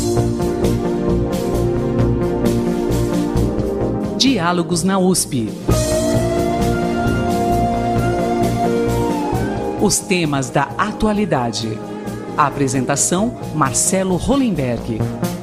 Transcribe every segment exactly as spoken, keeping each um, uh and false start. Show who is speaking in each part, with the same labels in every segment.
Speaker 1: Diálogos na U S P. Os temas da atualidade. A apresentação, Marcelo Hollenberg.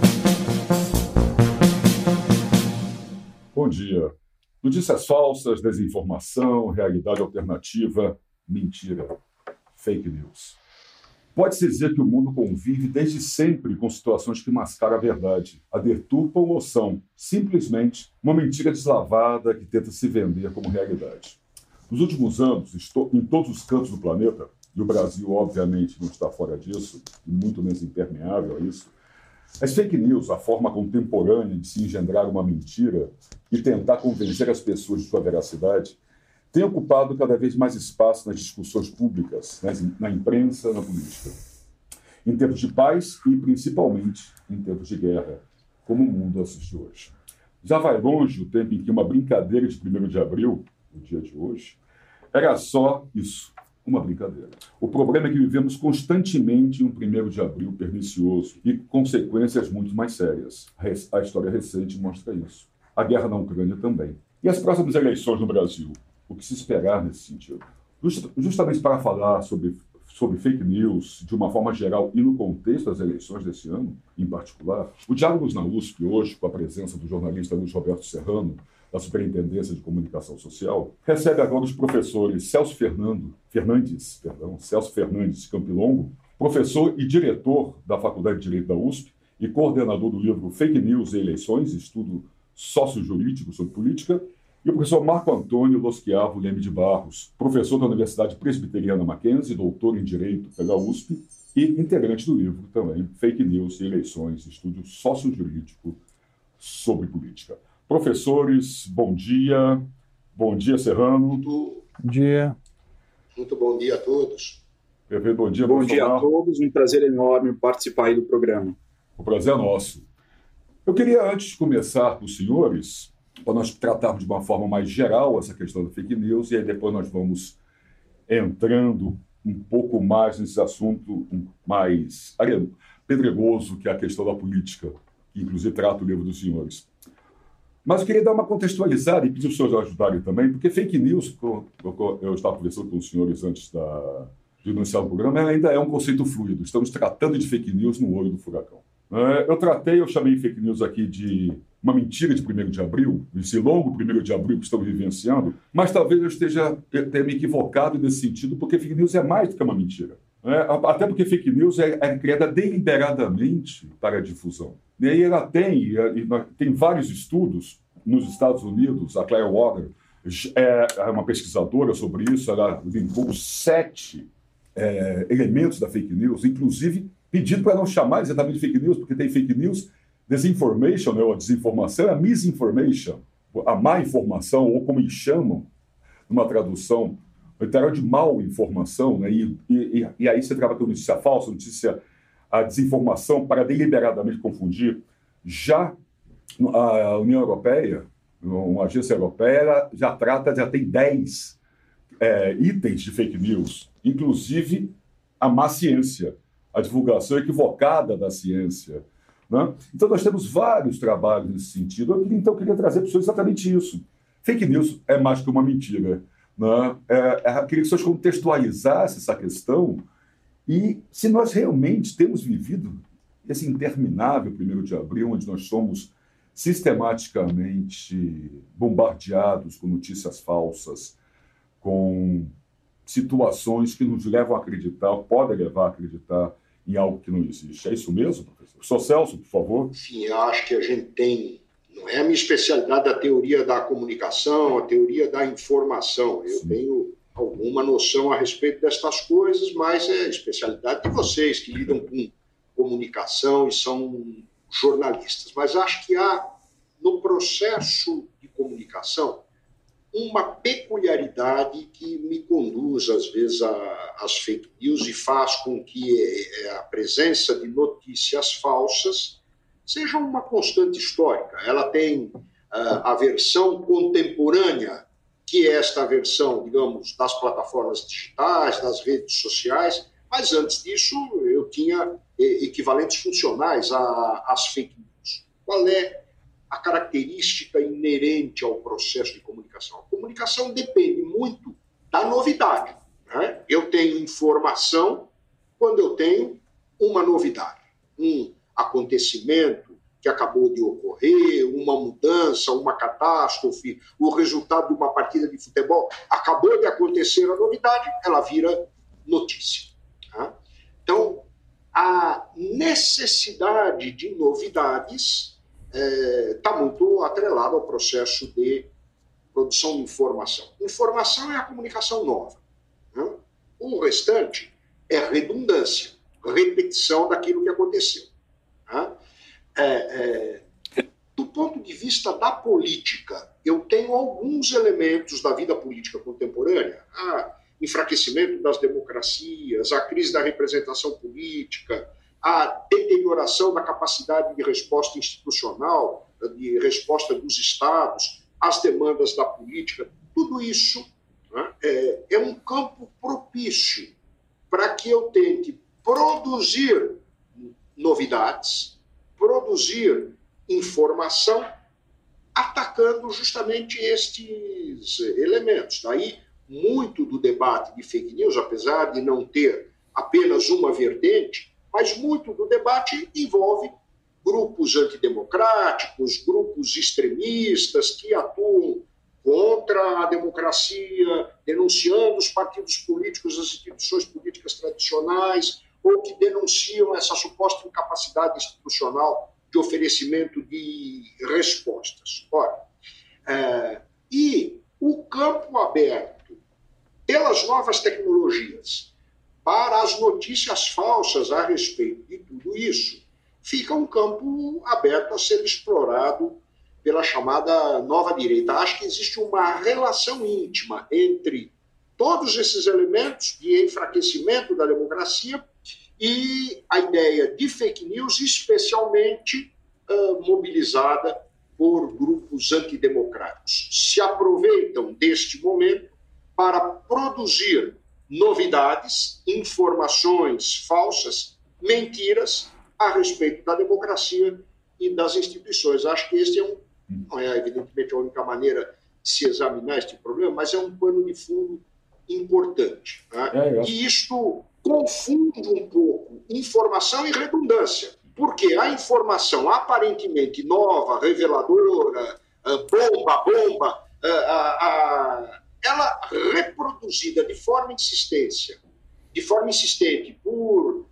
Speaker 2: Bom dia. Notícias falsas, desinformação, realidade alternativa, mentira, fake news. Pode-se dizer que o mundo convive desde sempre com situações que mascaram a verdade, a deturpam ou são, simplesmente, uma mentira deslavada que tenta se vender como realidade. Nos últimos anos, em todos os cantos do planeta, e o Brasil, obviamente, não está fora disso, e muito menos impermeável a isso, as fake news, a forma contemporânea de se engendrar uma mentira e tentar convencer as pessoas de sua veracidade, tem ocupado cada vez mais espaço nas discussões públicas, né, na imprensa, na política. Em tempos de paz e, principalmente, em tempos de guerra, como o mundo assiste hoje. Já vai longe o tempo em que uma brincadeira de primeiro de abril, o dia de hoje, era só isso, uma brincadeira. O problema é que vivemos constantemente um primeiro de abril pernicioso e consequências muito mais sérias. A história recente mostra isso. A guerra na Ucrânia também. E as próximas eleições no Brasil? O que se esperar nesse sentido? Just, justamente para falar sobre, sobre fake news de uma forma geral e no contexto das eleições desse ano, em particular, o Diálogos na U S P hoje, com a presença do jornalista Luiz Roberto Serrano, da Superintendência de Comunicação Social, recebe agora os professores Celso Fernando, Fernandes, perdão, Celso Fernandes Campilongo, professor e diretor da Faculdade de Direito da U S P e coordenador do livro Fake News e Eleições, estudo sócio-jurídico sobre política, e o professor Marco Antônio Loschiavo Leme de Barros, professor da Universidade Presbiteriana Mackenzie, doutor em Direito pela U S P e integrante do livro também, Fake News e Eleições, estudo sócio-jurídico sobre política. Professores, bom dia. Bom dia, Serrano.
Speaker 3: Muito,
Speaker 4: bom dia.
Speaker 3: Muito bom dia a todos.
Speaker 2: Perfeito, bom dia,
Speaker 4: Bom dia a todos, um prazer enorme participar aí do programa.
Speaker 2: O prazer é nosso. Eu queria, antes de começar com os senhores, para nós tratarmos de uma forma mais geral essa questão da fake news, e aí depois nós vamos entrando um pouco mais nesse assunto mais pedregoso, que é a questão da política, que inclusive trata o livro dos senhores. Mas eu queria dar uma contextualizada e pedir para os senhores ajudarem também, porque fake news, eu estava conversando com os senhores antes da, de iniciar o programa, ela ainda é um conceito fluido. Estamos tratando de fake news no olho do furacão. Eu tratei, eu chamei fake news aqui de uma mentira de primeiro de abril, esse longo primeiro de abril que estamos vivenciando, mas talvez eu esteja eu tenha me equivocado nesse sentido, porque fake news é mais do que uma mentira. É, até porque fake news é, é criada deliberadamente para a difusão. E aí ela tem, e tem vários estudos nos Estados Unidos, a Claire Water é uma pesquisadora sobre isso, ela linkou sete é, elementos da fake news, inclusive pedindo para não chamar exatamente de fake news, porque tem fake news, disinformation, né, ou a desinformação, a misinformation, a má informação, ou como eles chamam, numa tradução literal de mal informação, né, e, e, e aí você trabalha com notícia falsa, notícia, a desinformação para deliberadamente confundir. Já a União Europeia, uma agência europeia, ela já trata, já tem dez é, itens de fake news, inclusive a má ciência, a divulgação equivocada da ciência. Né? Então, nós temos vários trabalhos nesse sentido. Eu, então, eu queria trazer para vocês exatamente isso. Fake news é mais que uma mentira. Né? É, é, eu queria que vocês contextualizassem essa questão e se nós realmente temos vivido esse interminável primeiro de abril, onde nós somos sistematicamente bombardeados com notícias falsas, com situações que nos levam a acreditar, podem levar a acreditar em algo que não existe. É isso mesmo, professor? Sr. Celso, por favor.
Speaker 3: Sim, eu acho que a gente tem... Não é a minha especialidade a teoria da comunicação, a teoria da informação. Eu Sim. tenho alguma noção a respeito destas coisas, mas é a especialidade de vocês que lidam com comunicação e são jornalistas. Mas acho que há, no processo de comunicação, uma peculiaridade que me conduz, às vezes, às fake news e faz com que a presença de notícias falsas seja uma constante histórica. Ela tem uh, a versão contemporânea, que é esta versão, digamos, das plataformas digitais, das redes sociais, mas antes disso eu tinha equivalentes funcionais às fake news. Qual é a característica inerente ao processo de comunicação? A comunicação depende muito da novidade, né? Eu tenho informação quando eu tenho uma novidade, um acontecimento que acabou de ocorrer, uma mudança, uma catástrofe, o resultado de uma partida de futebol, acabou de acontecer a novidade, ela vira notícia. Tá? Então, a necessidade de novidades está é, muito atrelada ao processo de produção de informação. Informação é a comunicação nova. Né? O restante é redundância, repetição daquilo que aconteceu. Tá? É, é, do ponto de vista da política, eu tenho alguns elementos da vida política contemporânea, a enfraquecimento das democracias, a crise da representação política, a deterioração da capacidade de resposta institucional, de resposta dos estados, às demandas da política. Tudo isso, né, é, é um campo propício para que eu tente produzir novidades, produzir informação, atacando justamente estes elementos. Daí, muito do debate de fake news, apesar de não ter apenas uma vertente, mas muito do debate envolve grupos antidemocráticos, grupos extremistas que atuam contra a democracia, denunciando os partidos políticos, as instituições políticas tradicionais, ou que denunciam essa suposta incapacidade institucional de oferecimento de respostas. Ora, é, e o campo aberto pelas novas tecnologias para as notícias falsas a respeito de tudo isso fica um campo aberto a ser explorado pela chamada nova direita. Acho que existe uma relação íntima entre todos esses elementos de enfraquecimento da democracia e a ideia de fake news, especialmente uh, mobilizada por grupos antidemocráticos. Se aproveitam deste momento para produzir novidades, informações falsas, mentiras a respeito da democracia e das instituições. Acho que este é um, não é evidentemente a única maneira de se examinar este problema, mas é um pano de fundo importante. Né? É, é. E isto confunde um pouco informação e redundância, porque a informação aparentemente nova, reveladora, bomba, bomba, ela reproduzida de forma insistência, de forma insistente por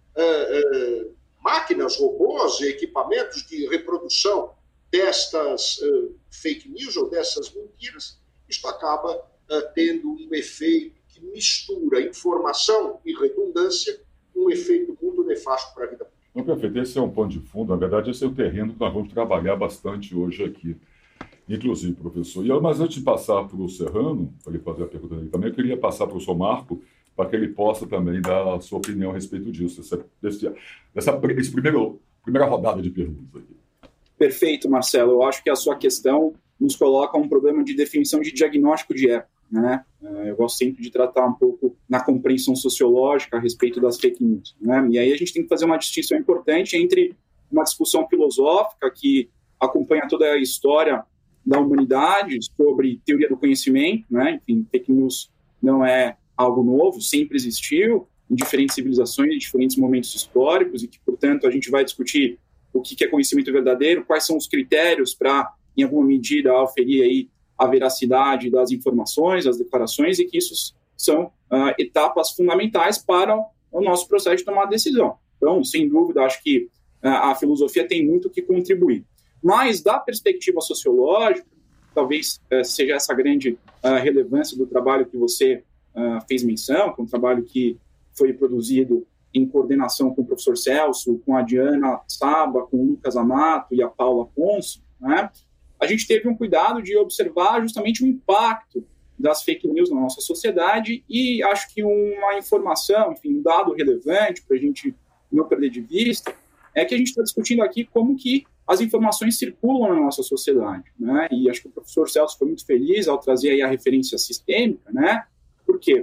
Speaker 3: máquinas, robôs e equipamentos de reprodução destas fake news ou dessas mentiras, isto acaba tendo um efeito que mistura informação e redundância, um efeito muito nefasto para a vida política.
Speaker 2: Não, perfeito. Esse é um pano de fundo. Na verdade, esse é o terreno que nós vamos trabalhar bastante hoje aqui. Inclusive, professor. E, mas antes de passar para o Serrano, para ele fazer a pergunta dele também, eu queria passar para o senhor Marco, para que ele possa também dar a sua opinião a respeito disso, dessa, desse, dessa esse primeiro, primeira rodada de perguntas aqui.
Speaker 4: Perfeito, Marcelo. Eu acho que a sua questão nos coloca um problema de definição de diagnóstico de época. Né? Eu gosto sempre de tratar um pouco na compreensão sociológica a respeito das fake news. Né? E aí a gente tem que fazer uma distinção importante entre uma discussão filosófica que acompanha toda a história da humanidade sobre teoria do conhecimento, né? Enfim, fake news não é algo novo, sempre existiu em diferentes civilizações, em diferentes momentos históricos, e que, portanto, a gente vai discutir o que é conhecimento verdadeiro, quais são os critérios para, em alguma medida, aferir aí a veracidade das informações, das declarações, e que isso são uh, etapas fundamentais para o nosso processo de tomar decisão. Então, sem dúvida, acho que uh, a filosofia tem muito que contribuir. Mas, da perspectiva sociológica, talvez uh, seja essa grande uh, relevância do trabalho que você uh, fez menção, que é um trabalho que foi produzido em coordenação com o professor Celso, com a Diana Saba, com o Lucas Amato e a Paula Ponce, né? A gente teve um cuidado de observar justamente o impacto das fake news na nossa sociedade, e acho que uma informação, enfim, um dado relevante para a gente não perder de vista, é que a gente está discutindo aqui como que as informações circulam na nossa sociedade, né? E acho que o professor Celso foi muito feliz ao trazer aí a referência sistêmica, né? Por quê?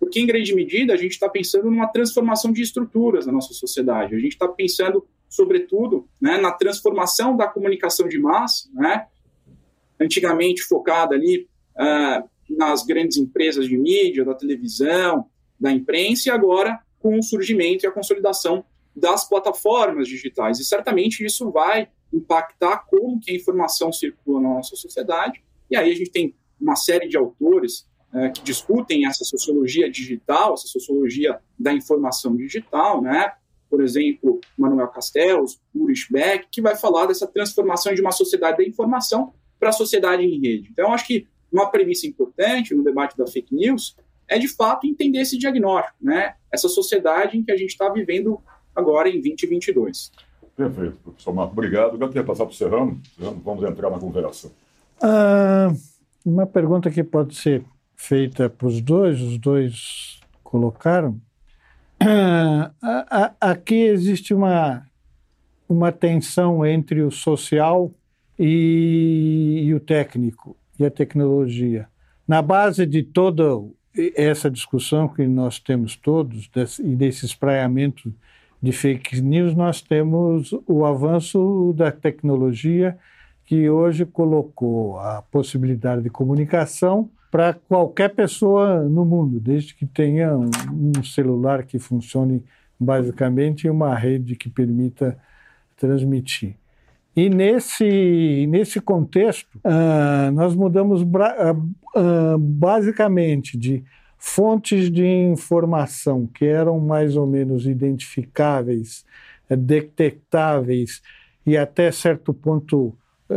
Speaker 4: Porque, em grande medida, a gente está pensando numa transformação de estruturas na nossa sociedade. A gente está pensando, sobretudo, né, na transformação da comunicação de massa, né, antigamente focada ali uh, nas grandes empresas de mídia, da televisão, da imprensa, e agora com o surgimento e a consolidação das plataformas digitais. E certamente isso vai impactar como que a informação circula na nossa sociedade. E aí a gente tem uma série de autores uh, que discutem essa sociologia digital, essa sociologia da informação digital, né? Por exemplo, Manuel Castells, Ulrich Beck, que vai falar dessa transformação de uma sociedade da informação para a sociedade em rede. Então, acho que uma premissa importante no debate da fake news é, de fato, entender esse diagnóstico, né? Essa sociedade em que a gente está vivendo agora em vinte e vinte e dois.
Speaker 2: Perfeito, professor Marco. Obrigado. Eu queria passar para o Serrano. Serrano, vamos entrar na conversa.
Speaker 5: Ah, uma pergunta que pode ser feita para os dois, os dois colocaram. Ah, aqui existe uma, uma tensão entre o social e, e o técnico, e a tecnologia. Na base de toda essa discussão que nós temos todos, desse, e desse espraiamento de fake news, nós temos o avanço da tecnologia, que hoje colocou a possibilidade de comunicação para qualquer pessoa no mundo, desde que tenha um, um celular que funcione basicamente em uma rede que permita transmitir. E nesse, nesse contexto, uh, nós mudamos uh, uh, basicamente de fontes de informação que eram mais ou menos identificáveis, uh, detectáveis e até certo ponto,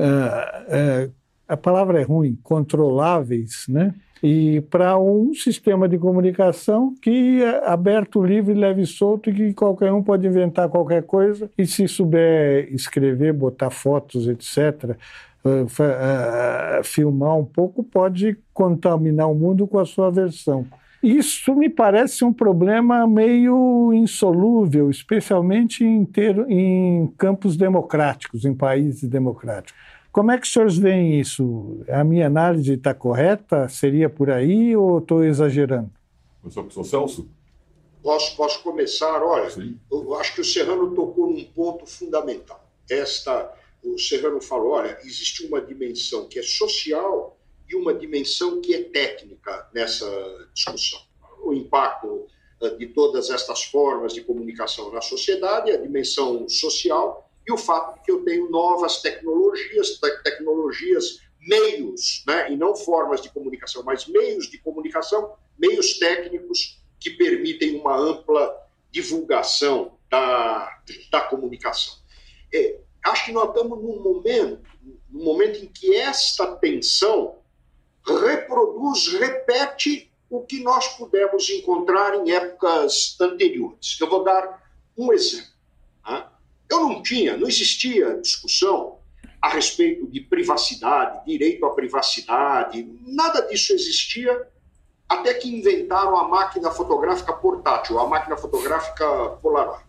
Speaker 5: uh, uh, a palavra é ruim, controláveis, né? E para um sistema de comunicação que é aberto, livre, leve e solto, e que qualquer um pode inventar qualquer coisa, e se souber escrever, botar fotos, etcétera, uh, uh, filmar um pouco, pode contaminar o mundo com a sua versão. Isso me parece um problema meio insolúvel, especialmente em, ter, em campos democráticos, em países democráticos. Como é que os senhores veem isso? A minha análise está correta? Seria por aí ou estou exagerando?
Speaker 2: Professor, professor Celso?
Speaker 3: Posso, posso começar? Olha,
Speaker 2: Sim.
Speaker 3: Eu acho que o Serrano tocou num ponto fundamental. Esta, o Serrano falou, olha, existe uma dimensão que é social e uma dimensão que é técnica nessa discussão. O impacto de todas estas formas de comunicação na sociedade, a dimensão social, e o fato de que eu tenho novas tecnologias, te- tecnologias, meios, né, e não formas de comunicação, mas meios de comunicação, meios técnicos que permitem uma ampla divulgação da, da comunicação. É, acho que nós estamos num momento, num momento em que esta tensão reproduz, repete o que nós pudemos encontrar em épocas anteriores. Eu vou dar um exemplo. Né? Eu não tinha, não existia discussão a respeito de privacidade, direito à privacidade, nada disso existia até que inventaram a máquina fotográfica portátil, a máquina fotográfica Polaroid.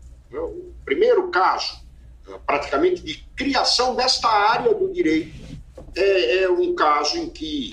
Speaker 3: O primeiro caso, praticamente, de criação desta área do direito é, é um caso em que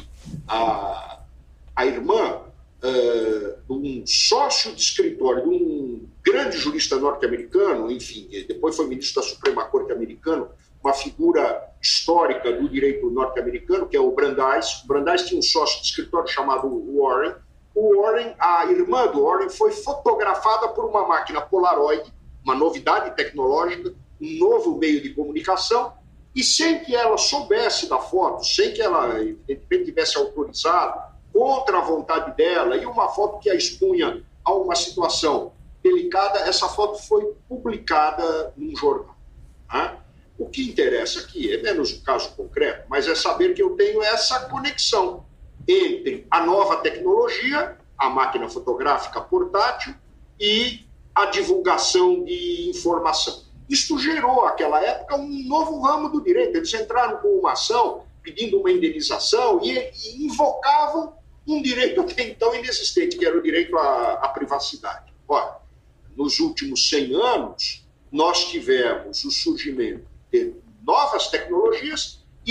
Speaker 3: a, a irmã Uh, de um sócio de escritório, de um grande jurista norte-americano, enfim, depois foi ministro da Suprema Corte americana, uma figura histórica do direito norte-americano, que é o Brandeis. O Brandeis tinha um sócio de escritório chamado Warren. O Warren, a irmã do Warren, foi fotografada por uma máquina Polaroid, uma novidade tecnológica, um novo meio de comunicação, e sem que ela soubesse da foto, sem que ela, evidentemente, tivesse autorizado, contra a vontade dela, e uma foto que a expunha a uma situação delicada, essa foto foi publicada num jornal. Né? O que interessa aqui é menos o caso concreto, mas é saber que eu tenho essa conexão entre a nova tecnologia, a máquina fotográfica portátil, e a divulgação de informação. Isso gerou, naquela época, um novo ramo do direito. Eles entraram com uma ação pedindo uma indenização e, e invocavam um direito até então inexistente, que era o direito à, à privacidade. Ora, nos últimos cem anos, nós tivemos o surgimento de novas tecnologias e de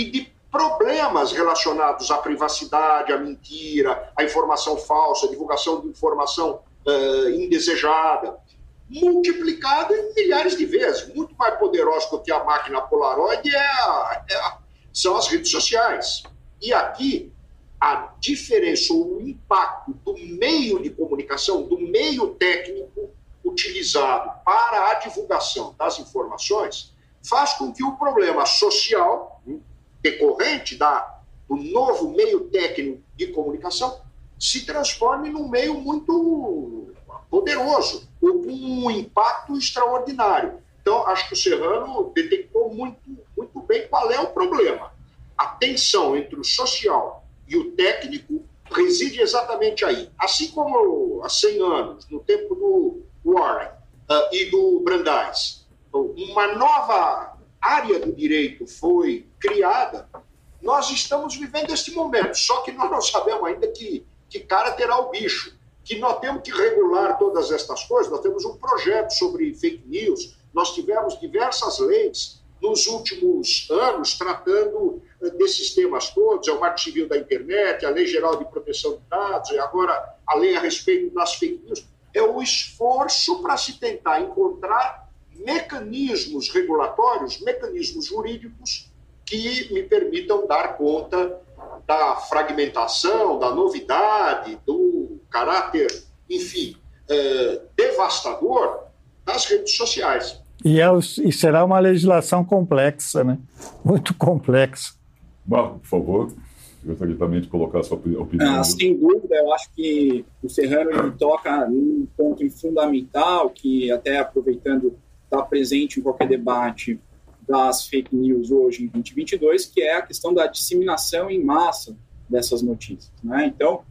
Speaker 3: problemas relacionados à privacidade, à mentira, à informação falsa, à divulgação de informação uh, indesejada, multiplicado em milhares de vezes. Muito mais poderoso do que a máquina Polaroid é a, é a, são as redes sociais. E aqui, a diferença, o impacto do meio de comunicação, do meio técnico utilizado para a divulgação das informações, faz com que o problema social decorrente da, do novo meio técnico de comunicação se transforme num meio muito poderoso, ou com um impacto extraordinário. Então, acho que o Serrano detectou muito, muito bem qual é o problema. A tensão entre o social e o técnico reside exatamente aí. Assim como há cem anos, no tempo do Warren uh, e do Brandeis, uma nova área do direito foi criada, nós estamos vivendo este momento, só que nós não sabemos ainda que, que cara terá o bicho, que nós temos que regular todas estas coisas. Nós temos um projeto sobre fake news, nós tivemos diversas leis nos últimos anos tratando desses temas todos, é o Marco Civil da Internet, a Lei Geral de Proteção de Dados, e agora a lei a respeito das fake news. É o esforço para se tentar encontrar mecanismos regulatórios, mecanismos jurídicos que me permitam dar conta da fragmentação, da novidade, do caráter, enfim, eh, devastador das redes sociais.
Speaker 5: E, é, e será uma legislação complexa, né? Muito complexa.
Speaker 2: Marco, por favor, gostaria também de colocar a sua opinião.
Speaker 4: Ah, sem dúvida, eu acho que o Serrano ele toca num ponto fundamental que, até aproveitando, está presente em qualquer debate das fake news hoje em vinte e vinte e dois, que é a questão da disseminação em massa dessas notícias, né? Então,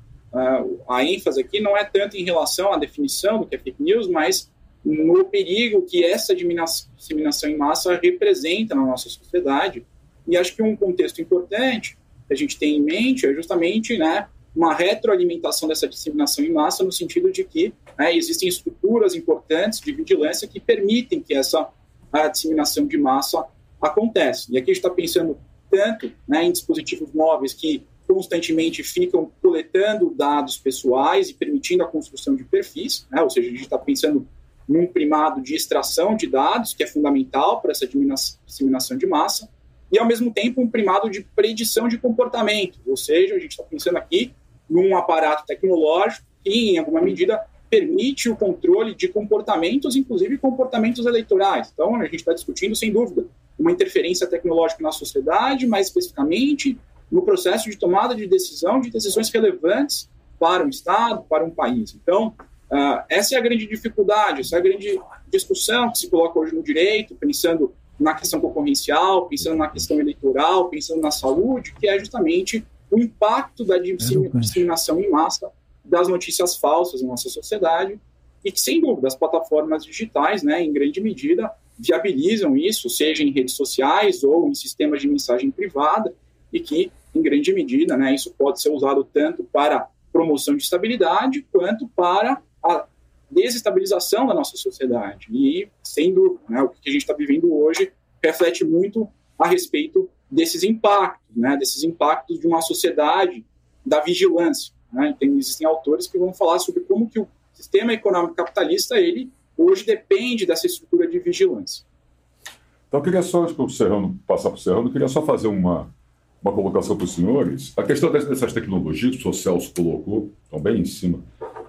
Speaker 4: a ênfase aqui não é tanto em relação à definição do que é fake news, mas no perigo que essa disseminação em massa representa na nossa sociedade. E acho que um contexto importante que a gente tem em mente é justamente, né, uma retroalimentação dessa disseminação em massa, no sentido de que, né, existem estruturas importantes de vigilância que permitem que essa a disseminação de massa aconteça. E aqui a gente está pensando tanto, né, em dispositivos móveis que constantemente ficam coletando dados pessoais e permitindo a construção de perfis, né, ou seja, a gente está pensando num primado de extração de dados, que é fundamental para essa disseminação de massa, e, ao mesmo tempo, um primado de predição de comportamento, ou seja, a gente está pensando aqui num aparato tecnológico que, em alguma medida, permite o controle de comportamentos, inclusive comportamentos eleitorais. Então, a gente está discutindo, sem dúvida, uma interferência tecnológica na sociedade, mais especificamente no processo de tomada de decisão, de decisões relevantes para um Estado, para um país. Então, uh, essa é a grande dificuldade, essa é a grande discussão que se coloca hoje no direito, pensando na questão concorrencial, pensando na questão eleitoral, pensando na saúde, que é justamente o impacto da disseminação em massa das notícias falsas na nossa sociedade, e que, sem dúvida, as plataformas digitais, né, em grande medida, viabilizam isso, seja em redes sociais ou em sistemas de mensagem privada, e que, em grande medida, né, isso pode ser usado tanto para promoção de estabilidade quanto para a desestabilização da nossa sociedade. E, sem dúvida, né, o que a gente está vivendo hoje reflete muito a respeito desses impactos, né, desses impactos de uma sociedade da vigilância. Né? Então, existem autores que vão falar sobre como que o sistema econômico capitalista, ele hoje depende dessa estrutura de vigilância.
Speaker 2: Então, eu queria só, antes para o Serrano passar para o Serrano, eu queria só fazer uma, uma colocação para os senhores. A questão dessas tecnologias que o Celso colocou, estão bem em cima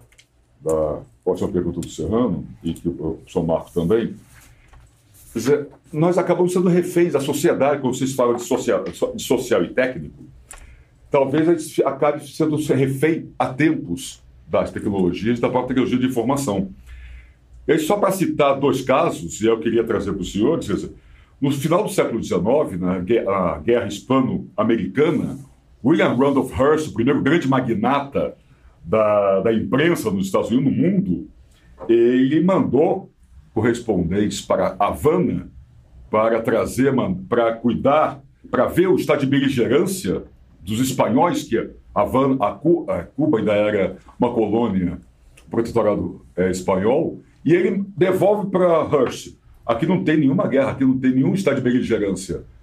Speaker 2: da próxima pergunta do Serrano, e que o professor Marco também. Quer dizer, nós acabamos sendo reféns da sociedade, quando vocês falam de social, de social e técnico. Talvez a gente acabe sendo refém há tempos das tecnologias, da própria tecnologia de informação. E aí, só para citar dois casos, e eu queria trazer para os senhores, no final do século dezenove, na guerra, guerra hispano-americana, William Randolph Hearst, o primeiro grande magnata da, da imprensa nos Estados Unidos, no mundo, ele mandou correspondentes para Havana para trazer, para cuidar, para ver o estado de beligerância dos espanhóis, que a, Havana, a, Cuba, a Cuba ainda era uma colônia, protetorado é, espanhol, e ele devolve para Hearst: aqui não tem nenhuma guerra, aqui não tem nenhum estado de beligerância.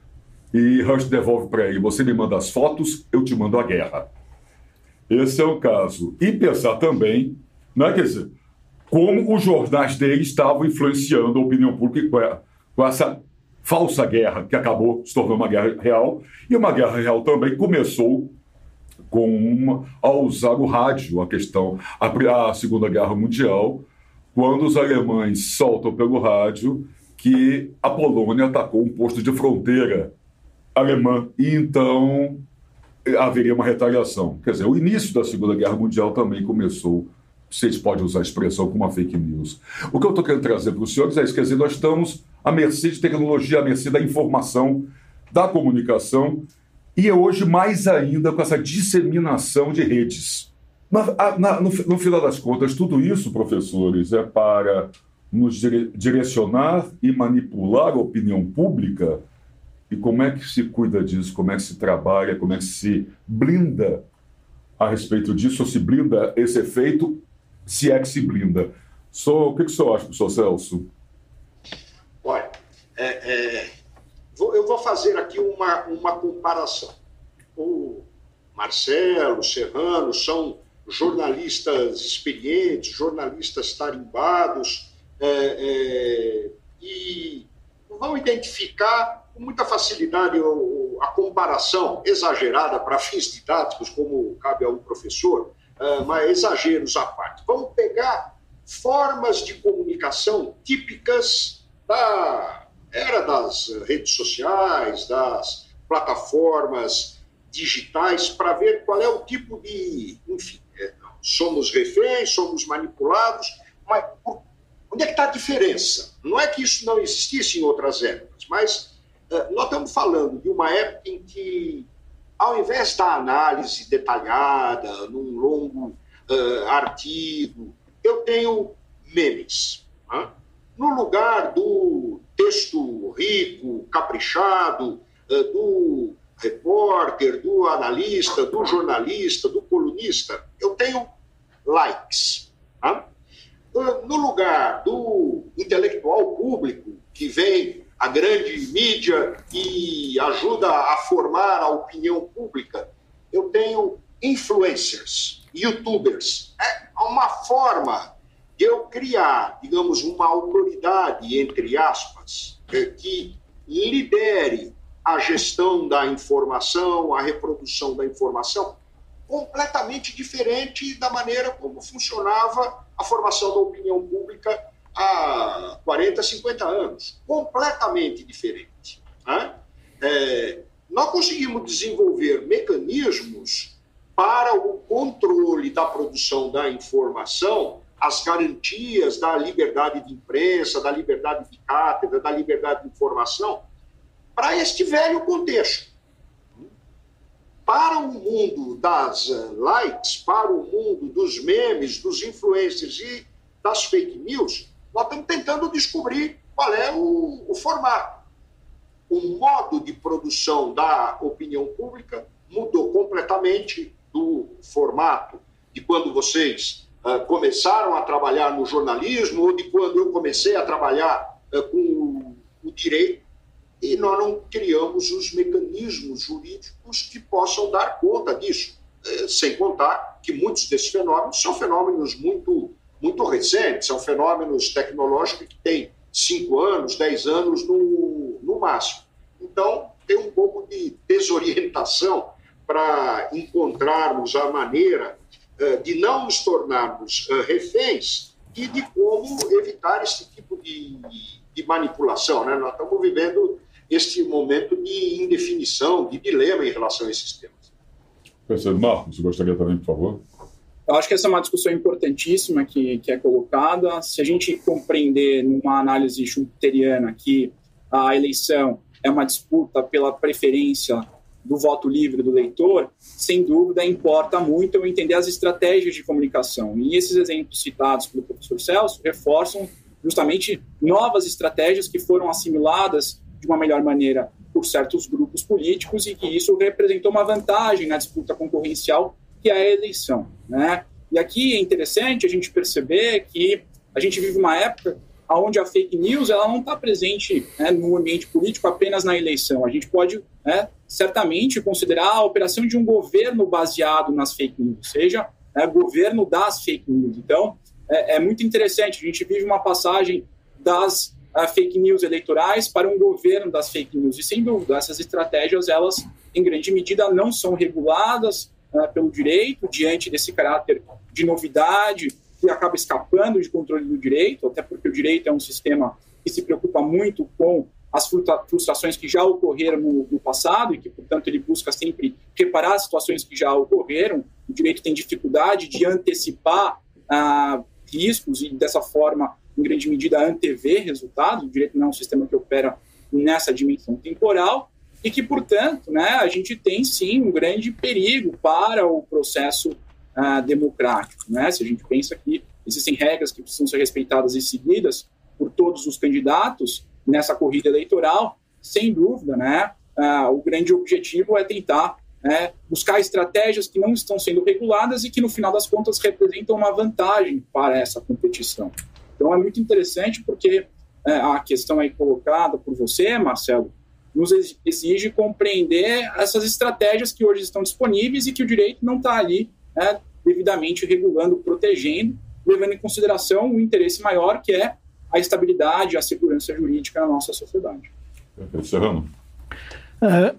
Speaker 2: e Rush devolve para ele: você me manda as fotos, eu te mando a guerra. Esse é o caso. E pensar também, né, quer dizer, como os jornais dele estavam influenciando a opinião pública com essa falsa guerra que acabou se tornando uma guerra real. E uma guerra real também começou com uma, a usar o rádio, a questão, a, a Segunda Guerra Mundial, quando os alemães soltam pelo rádio que a Polônia atacou um posto de fronteira alemã e então haveria uma retaliação. Quer dizer, o início da Segunda Guerra Mundial também começou, se a gente pode usar a expressão, como uma fake news. O que eu estou querendo trazer para os senhores é isso, quer dizer, nós estamos à mercê de tecnologia, à mercê da informação, da comunicação, e hoje mais ainda com essa disseminação de redes. Na, na, no, no final das contas, tudo isso, professores, é para nos dire, direcionar e manipular a opinião pública. E como é que se cuida disso? Como é que se trabalha? Como é que se blinda a respeito disso? Ou se blinda esse efeito? Se é que se blinda. So, o que, que o senhor acha, professor Celso?
Speaker 3: Olha, é, é, vou, eu vou fazer aqui uma, uma comparação. O Marcelo, o Serrano são jornalistas experientes, jornalistas tarimbados, é, é, e vão identificar com muita facilidade a comparação exagerada para fins didáticos, como cabe a um professor, mas exageros à parte. Vamos pegar formas de comunicação típicas da era das redes sociais, das plataformas digitais, para ver qual é o tipo de... Enfim, é, somos reféns, somos manipulados, mas onde é que está a diferença? Não é que isso não existisse em outras épocas, mas uh, nós estamos falando de uma época em que, ao invés da análise detalhada, num longo uh, artigo, eu tenho memes. Né? No lugar do texto rico, caprichado, uh, do repórter, do analista, do jornalista, do colunista, eu tenho likes. Né? No lugar do intelectual público, que vem a grande mídia e ajuda a formar a opinião pública, eu tenho influencers, youtubers. É uma forma de eu criar, digamos, uma autoridade, entre aspas, que lidere a gestão da informação, a reprodução da informação, completamente diferente da maneira como funcionava a formação da opinião pública há quarenta, cinquenta anos. Completamente diferente. Né? É, nós conseguimos desenvolver mecanismos para o controle da produção da informação, as garantias da liberdade de imprensa, da liberdade de cátedra, da liberdade de informação, para este velho contexto. Para o mundo das likes, para o mundo dos memes, dos influencers e das fake news, nós estamos tentando descobrir qual é o, o formato. O modo de produção da opinião pública mudou completamente do formato de quando vocês uh, começaram a trabalhar no jornalismo ou de quando eu comecei a trabalhar uh, com o, o direito. E nós não criamos os mecanismos jurídicos que possam dar conta disso. Sem contar que muitos desses fenômenos são fenômenos muito, muito recentes, são fenômenos tecnológicos que têm cinco anos, dez anos no, no máximo. Então, tem um pouco de desorientação para encontrarmos a maneira uh, de não nos tornarmos uh, reféns e de como evitar esse tipo de, de manipulação. Né? Nós estamos vivendo este momento de indefinição, de dilema em relação a esses temas.
Speaker 2: Professor Marcos, você gostaria também, por favor?
Speaker 4: Eu acho que essa é uma discussão importantíssima que, que é colocada. Se a gente compreender numa análise schumpeteriana que a eleição é uma disputa pela preferência do voto livre do leitor, sem dúvida importa muito eu entender as estratégias de comunicação. E esses exemplos citados pelo professor Celso reforçam justamente novas estratégias que foram assimiladas de uma melhor maneira por certos grupos políticos e que isso representou uma vantagem na disputa concorrencial, que é a eleição. Né? E aqui é interessante a gente perceber que a gente vive uma época onde a fake news ela não está presente, né, no ambiente político apenas na eleição. A gente pode, né, certamente considerar a operação de um governo baseado nas fake news, seja, né, governo das fake news. Então, é, é muito interessante. A gente vive uma passagem das uh, fake news eleitorais para um governo das fake news. E, sem dúvida, essas estratégias, elas, em grande medida, não são reguladas uh, pelo direito, diante desse caráter de novidade, que acaba escapando de controle do direito, até porque o direito é um sistema que se preocupa muito com as frustrações que já ocorreram no, no passado e que, portanto, ele busca sempre reparar as situações que já ocorreram. O direito tem dificuldade de antecipar ah, riscos e, dessa forma, em grande medida, antever resultados. O direito não é um sistema que opera nessa dimensão temporal e que, portanto, né, a gente tem, sim, um grande perigo para o processo Uh, democrático, né? Se a gente pensa que existem regras que precisam ser respeitadas e seguidas por todos os candidatos nessa corrida eleitoral, sem dúvida, né? Uh, o grande objetivo é tentar, né, buscar estratégias que não estão sendo reguladas e que, no final das contas, representam uma vantagem para essa competição. Então, é muito interessante porque uh, a questão aí colocada por você, Marcelo, nos exige compreender essas estratégias que hoje estão disponíveis e que o direito não está ali, né, devidamente regulando, protegendo, levando em consideração o interesse maior, que é a estabilidade e a segurança jurídica na nossa sociedade.
Speaker 2: Serrano.
Speaker 5: É,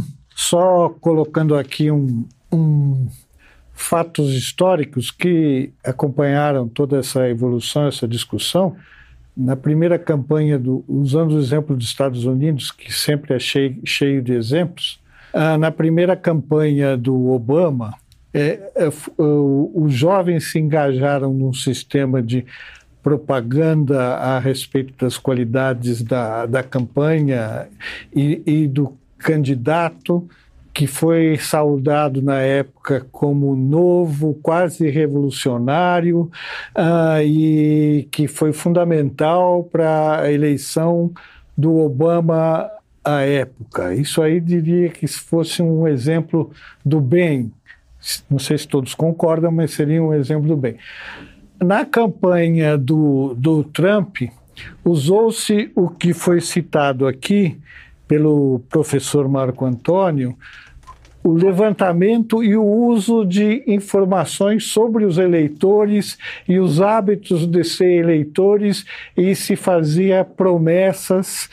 Speaker 5: só colocando aqui um, um fatos históricos que acompanharam toda essa evolução, essa discussão. Na primeira campanha, do, usando o exemplo dos Estados Unidos, que sempre é cheio, cheio de exemplos, ah, na primeira campanha do Obama, É, é, os jovens se engajaram num sistema de propaganda a respeito das qualidades da, da campanha e, e do candidato, que foi saudado na época como novo, quase revolucionário, uh, e que foi fundamental para a eleição do Obama à época. Isso aí diria que fosse um exemplo do bem. Não sei se todos concordam, mas seria um exemplo do bem. Na campanha do, do Trump, usou-se o que foi citado aqui pelo professor Marco Antônio, o levantamento e o uso de informações sobre os eleitores e os hábitos de ser eleitores, e se fazia promessas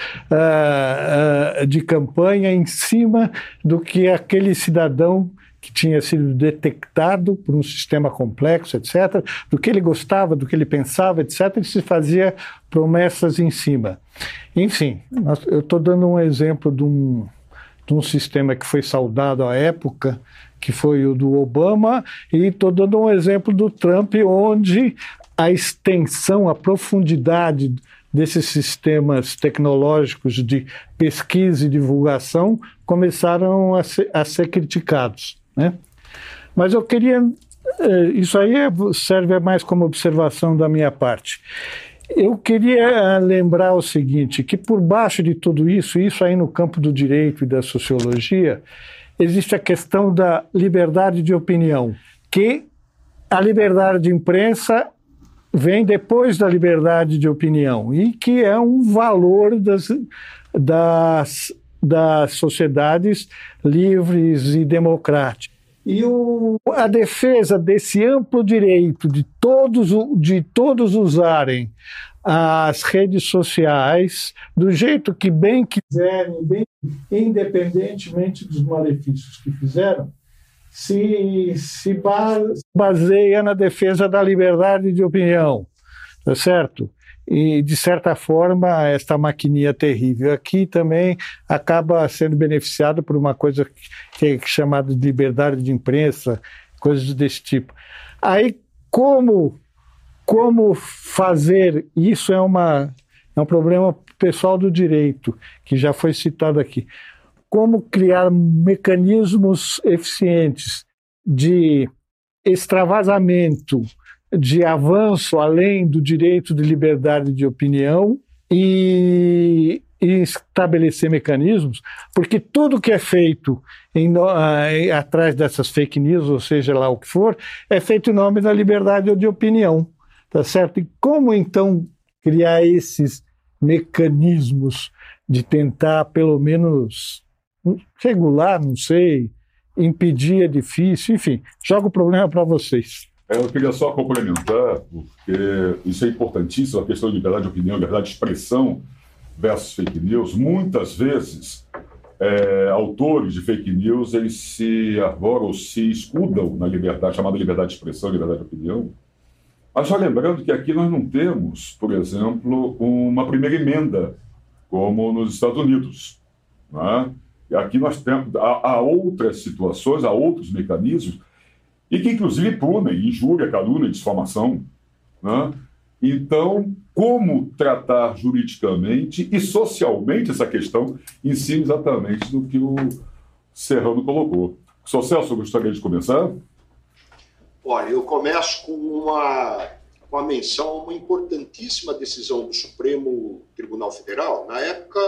Speaker 5: uh, uh, de campanha em cima do que aquele cidadão que tinha sido detectado por um sistema complexo, etcétera, do que ele gostava, do que ele pensava, etcétera, e se fazia promessas em cima. Enfim, nós, eu estou dando um exemplo de um, de um sistema que foi saudado à época, que foi o do Obama, e estou dando um exemplo do Trump, onde a extensão, a profundidade desses sistemas tecnológicos de pesquisa e divulgação começaram a ser, a ser criticados, né? Mas eu queria, isso aí serve mais como observação da minha parte. Eu queria lembrar o seguinte, que por baixo de tudo isso, isso aí no campo do direito e da sociologia, existe a questão da liberdade de opinião, que a liberdade de imprensa vem depois da liberdade de opinião e que é um valor das, das, das sociedades livres e democráticas. E o, a defesa desse amplo direito de todos, de todos usarem as redes sociais do jeito que bem quiserem, bem, independentemente dos malefícios que fizeram, se, se baseia na defesa da liberdade de opinião, tá certo? E, de certa forma, esta maquininha terrível aqui também acaba sendo beneficiada por uma coisa que é chamada de liberdade de imprensa, coisas desse tipo. Aí, como, como fazer isso é, uma, é um problema pessoal do direito, que já foi citado aqui. Como criar mecanismos eficientes de extravasamento, de avanço além do direito de liberdade de opinião e, e estabelecer mecanismos, porque tudo que é feito em, uh, atrás dessas fake news, ou seja lá o que for, é feito em nome da liberdade de opinião, tá certo? E como então criar esses mecanismos de tentar, pelo menos, regular, não sei, impedir é difícil, enfim, joga o problema para vocês.
Speaker 2: Eu queria só complementar, porque isso é importantíssimo, a questão de liberdade de opinião, liberdade de expressão versus fake news. Muitas vezes, é, autores de fake news, eles se arvoram, se escudam na liberdade, chamada liberdade de expressão, liberdade de opinião. Mas só lembrando que aqui nós não temos, por exemplo, uma primeira emenda, como nos Estados Unidos, né? E aqui nós temos, há, há outras situações, há outros mecanismos, e que inclusive punem injúria, calúnia, difamação, né? Então, como tratar juridicamente e socialmente essa questão em cima exatamente do que o Serrano colocou. Sr. Celso, gostaria de começar?
Speaker 3: Olha, eu começo com uma, uma menção a uma importantíssima decisão do Supremo Tribunal Federal, na época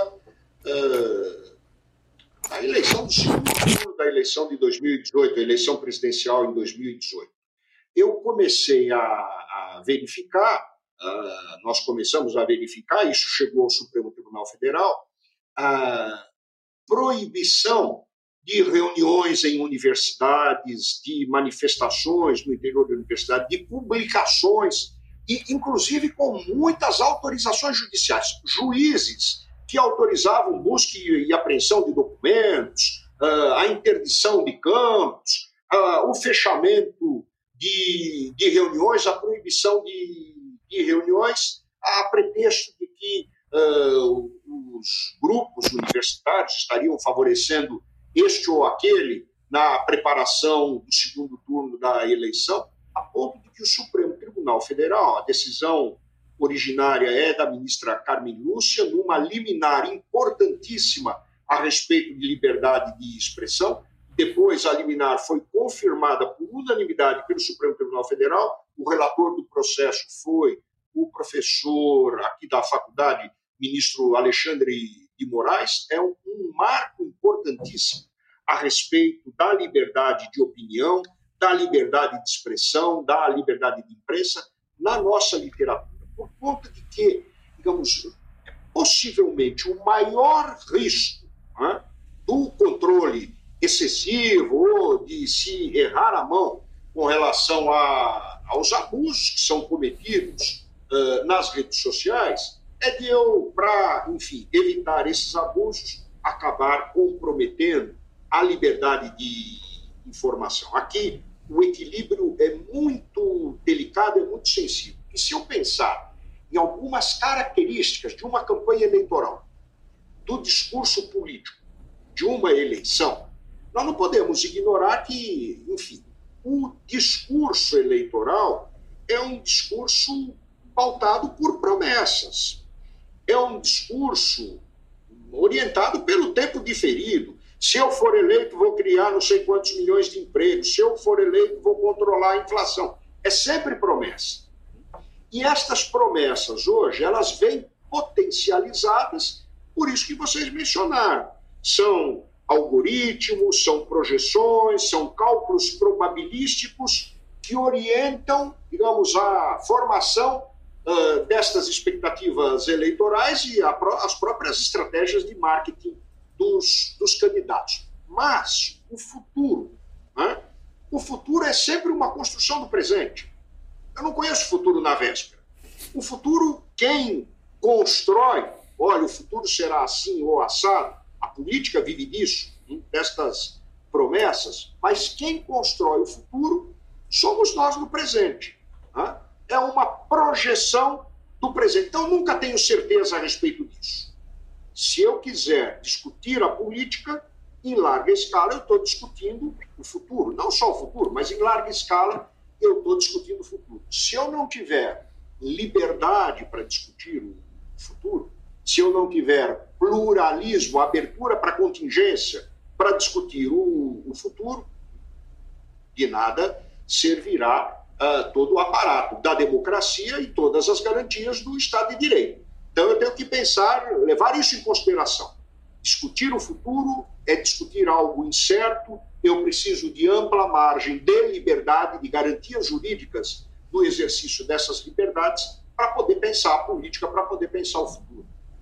Speaker 3: uh, da eleição do segundo turno da eleição de dois mil e dezoito, a eleição presidencial em dois mil e dezoito. Eu comecei a, a verificar, uh, nós começamos a verificar, isso chegou ao Supremo Tribunal Federal, a proibição de reuniões em universidades, de manifestações no interior da universidade, de publicações, e inclusive com muitas autorizações judiciais, juízes que autorizavam busca e apreensão de documentos, a interdição de campos, o fechamento de, de reuniões, a proibição de, de reuniões, a pretexto de que uh, os grupos universitários estariam favorecendo este ou aquele na preparação do segundo turno da eleição, a ponto de que o Supremo Tribunal Federal, a decisão originária é da ministra Carmen Lúcia, numa liminar importantíssima a respeito de liberdade de expressão. Depois a liminar foi confirmada por unanimidade pelo Supremo Tribunal Federal. O relator do processo foi o professor aqui da faculdade, ministro Alexandre de Moraes. É um, um marco importantíssimo a respeito da liberdade de opinião, da liberdade de expressão, da liberdade de imprensa na nossa literatura. Por conta de que, digamos, possivelmente o maior risco, né, do controle excessivo ou de se errar a mão com relação a, aos abusos que são cometidos uh, nas redes sociais é de eu, para, enfim, evitar esses abusos, acabar comprometendo a liberdade de informação. Aqui, o equilíbrio é muito delicado, é muito sensível. E se eu pensar em algumas características de uma campanha eleitoral, do discurso político de uma eleição, nós não podemos ignorar que, enfim, o discurso eleitoral é um discurso pautado por promessas. É um discurso orientado pelo tempo diferido. Se eu for eleito, vou criar não sei quantos milhões de empregos. Se eu for eleito, vou controlar a inflação. É sempre promessa. E estas promessas hoje, elas vêm potencializadas por isso que vocês mencionaram. São algoritmos, são projeções, são cálculos probabilísticos que orientam, digamos, a formação uh, destas expectativas eleitorais e a, as próprias estratégias de marketing dos, dos candidatos. Mas o futuro, né? O futuro é sempre uma construção do presente. Eu não conheço o futuro na véspera. O futuro, quem constrói, olha, o futuro será assim ou assado, a política vive disso, hein, destas promessas, mas quem constrói o futuro somos nós no presente. Né? É uma projeção do presente. Então, eu nunca tenho certeza a respeito disso. Se eu quiser discutir a política, em larga escala, eu estou discutindo o futuro. Não só o futuro, mas em larga escala, eu estou discutindo o futuro. Se eu não tiver liberdade para discutir o futuro, se eu não tiver pluralismo, abertura para contingência para discutir o, o futuro, de nada servirá uh, todo o aparato da democracia e todas as garantias do Estado de Direito. Então eu tenho que pensar, levar isso em consideração. Discutir o futuro é discutir algo incerto. Eu preciso de ampla margem de liberdade, de garantias jurídicas do exercício dessas liberdades, para poder pensar a política, para poder pensar o futuro.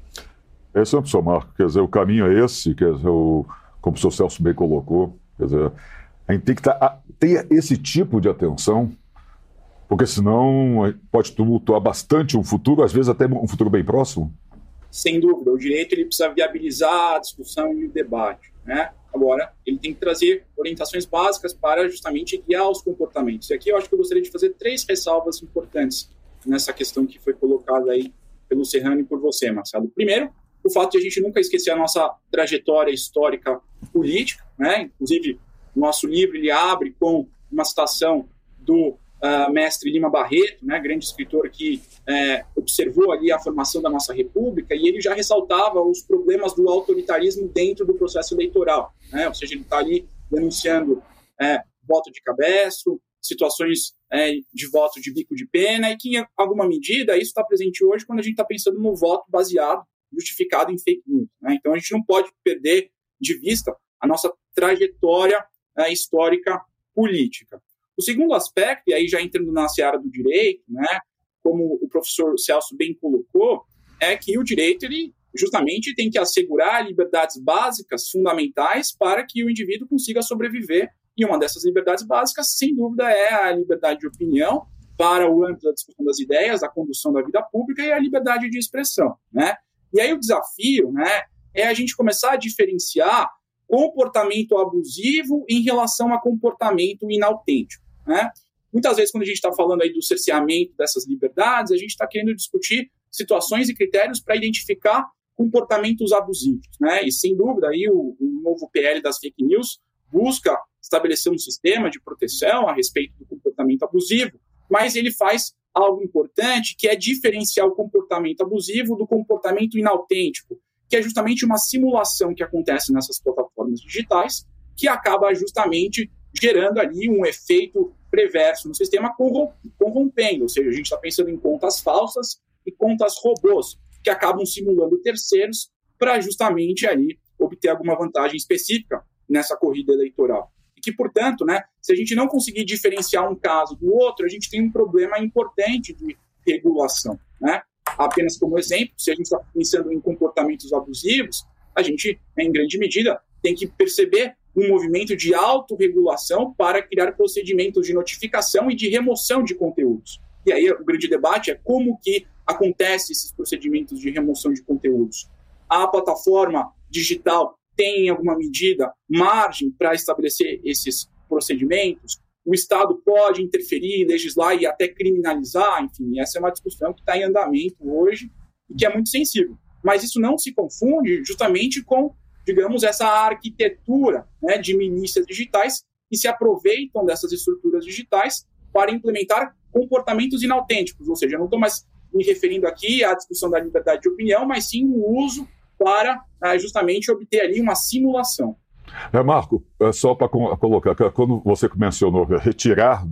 Speaker 2: É isso, professor Marco. Quer dizer, o caminho é esse, quer dizer, o, como o professor Celso bem colocou, quer dizer, a gente tem que tá, ter esse tipo de atenção, porque senão pode tumultuar bastante um futuro, às vezes até um futuro bem próximo.
Speaker 4: Sem dúvida, o direito ele precisa viabilizar a discussão e o debate, né? Agora, ele tem que trazer orientações básicas para justamente guiar os comportamentos. E aqui eu acho que eu gostaria de fazer três ressalvas importantes nessa questão que foi colocada aí pelo Serrano e por você, Marcelo. Primeiro, o fato de a gente nunca esquecer a nossa trajetória histórica política, né? Inclusive, o nosso livro ele abre com uma citação do Uh, mestre Lima Barreto, né, grande escritor que é, observou ali a formação da nossa república, e ele já ressaltava os problemas do autoritarismo dentro do processo eleitoral, né, ou seja, ele está ali denunciando é, voto de cabestro, situações é, de voto de bico de pena, e que em alguma medida isso está presente hoje quando a gente está pensando no voto baseado, justificado em fake news, né? Então a gente não pode perder de vista a nossa trajetória é, histórica política. O segundo aspecto, e aí já entrando na seara do direito, né, como o professor Celso bem colocou, é que o direito ele justamente tem que assegurar liberdades básicas fundamentais para que o indivíduo consiga sobreviver. E uma dessas liberdades básicas, sem dúvida, é a liberdade de opinião para o âmbito da discussão das ideias, da condução da vida pública e a liberdade de expressão, né? E aí o desafio, né, é a gente começar a diferenciar comportamento abusivo em relação a comportamento inautêntico, né? Muitas vezes, quando a gente está falando aí do cerceamento dessas liberdades, a gente está querendo discutir situações e critérios para identificar comportamentos abusivos, né? E, sem dúvida, aí o, o novo P L das fake news busca estabelecer um sistema de proteção a respeito do comportamento abusivo, mas ele faz algo importante, que é diferenciar o comportamento abusivo do comportamento inautêntico, que é justamente uma simulação que acontece nessas plataformas digitais, que acaba justamente gerando ali um efeito perverso no sistema, corrompendo, ou seja, a gente está pensando em contas falsas e contas robôs, que acabam simulando terceiros para justamente ali obter alguma vantagem específica nessa corrida eleitoral. E que, portanto, né, se a gente não conseguir diferenciar um caso do outro, a gente tem um problema importante de regulação, né? Apenas como exemplo, se a gente está pensando em comportamentos abusivos, a gente, em grande medida, tem que perceber um movimento de autorregulação para criar procedimentos de notificação e de remoção de conteúdos. E aí o grande debate é como que acontecem esses procedimentos de remoção de conteúdos. A plataforma digital tem, em alguma medida, margem para estabelecer esses procedimentos? O Estado pode interferir, legislar e até criminalizar? Enfim, essa é uma discussão que está em andamento hoje e que é muito sensível. Mas isso não se confunde justamente com, digamos, essa arquitetura, né, de milícias digitais que se aproveitam dessas estruturas digitais para implementar comportamentos inautênticos. Ou seja, eu não estou mais me referindo aqui à discussão da liberdade de opinião, mas sim o uso para uh, justamente obter ali uma simulação.
Speaker 2: É, Marco, é só para colocar, quando você mencionou retirar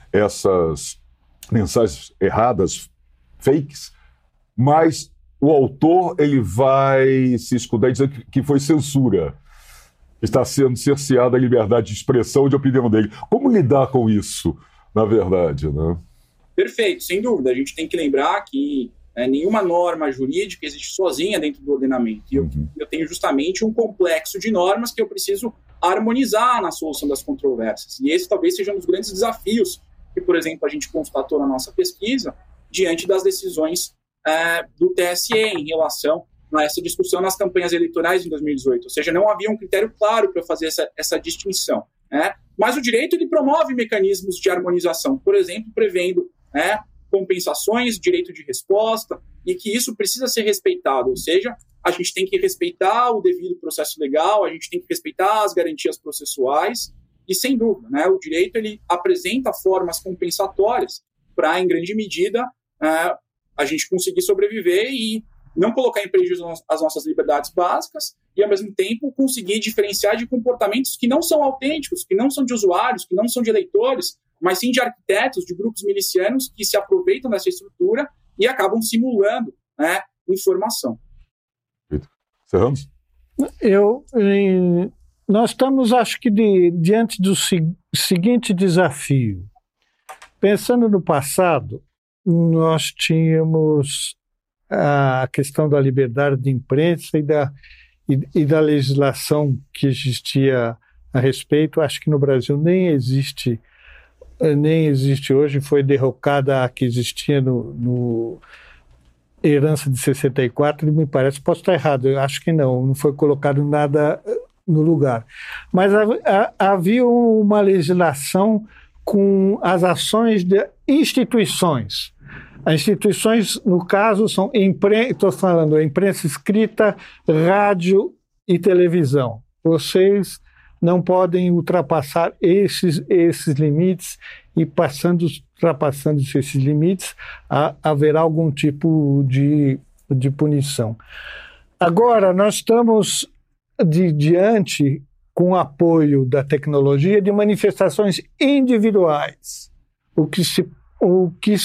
Speaker 2: essas mensagens erradas, fakes, mas o autor ele vai se escudar e dizer que foi censura. Está sendo cerceada a liberdade de expressão e de opinião dele. Como lidar com isso, na verdade, né?
Speaker 4: Perfeito, sem dúvida. A gente tem que lembrar que é, nenhuma norma jurídica existe sozinha dentro do ordenamento. E eu, uhum. eu tenho justamente um complexo de normas que eu preciso harmonizar na solução das controvérsias. E esse talvez seja um dos grandes desafios que, por exemplo, a gente constatou na nossa pesquisa diante das decisões é, do T S E em relação a essa discussão nas campanhas eleitorais em dois mil e dezoito. Ou seja, não havia um critério claro para fazer essa, essa distinção, né? Mas o direito ele promove mecanismos de harmonização, por exemplo, prevendo né, compensações, direito de resposta, e que isso precisa ser respeitado, ou seja, a gente tem que respeitar o devido processo legal, a gente tem que respeitar as garantias processuais, e sem dúvida, né, o direito ele apresenta formas compensatórias para, em grande medida, uh, a gente conseguir sobreviver e não colocar em prejuízo as nossas liberdades básicas e, ao mesmo tempo, conseguir diferenciar de comportamentos que não são autênticos, que não são de usuários, que não são de eleitores, mas sim de arquitetos, de grupos milicianos que se aproveitam dessa estrutura e acabam simulando né, informação.
Speaker 2: Cerramos?
Speaker 5: Eu, nós estamos, acho que, de, diante do si, seguinte desafio. Pensando no passado, nós tínhamos a questão da liberdade de imprensa e da, e, e da legislação que existia a respeito. Acho que no Brasil nem existe, nem existe hoje, foi derrocada a que existia no, no herança de sessenta e quatro, me parece, posso estar errado, eu acho que não, não foi colocado nada no lugar. Mas havia uma legislação com as ações de instituições. As instituições, no caso, são, estou falando, a imprensa escrita, rádio e televisão. Vocês não podem ultrapassar esses, esses limites e, passando, ultrapassando esses limites, há, haverá algum tipo de, de punição. Agora, nós estamos de, diante, com o apoio da tecnologia, de manifestações individuais. O que se, o que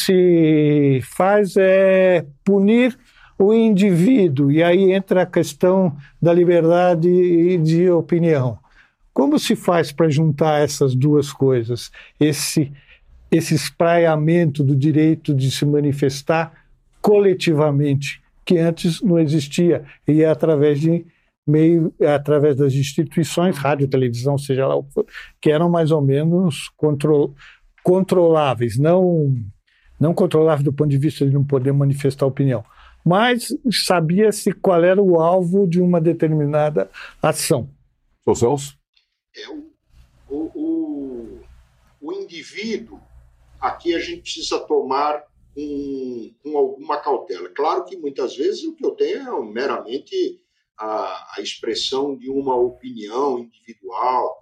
Speaker 5: se faz é punir o indivíduo, e aí entra a questão da liberdade de opinião. Como se faz para juntar essas duas coisas? Esse, esse espraiamento do direito de se manifestar coletivamente, que antes não existia, e é através de meio através das instituições, rádio, televisão, seja lá o que for, que eram mais ou menos contro, controláveis, não, não controláveis do ponto de vista de não poder manifestar opinião, mas sabia-se qual era o alvo de uma determinada ação.
Speaker 2: Sr. Celso?
Speaker 3: É, o, o, o, o indivíduo, aqui a gente precisa tomar um, um, alguma cautela. Claro que muitas vezes o que eu tenho é meramente A, a expressão de uma opinião individual,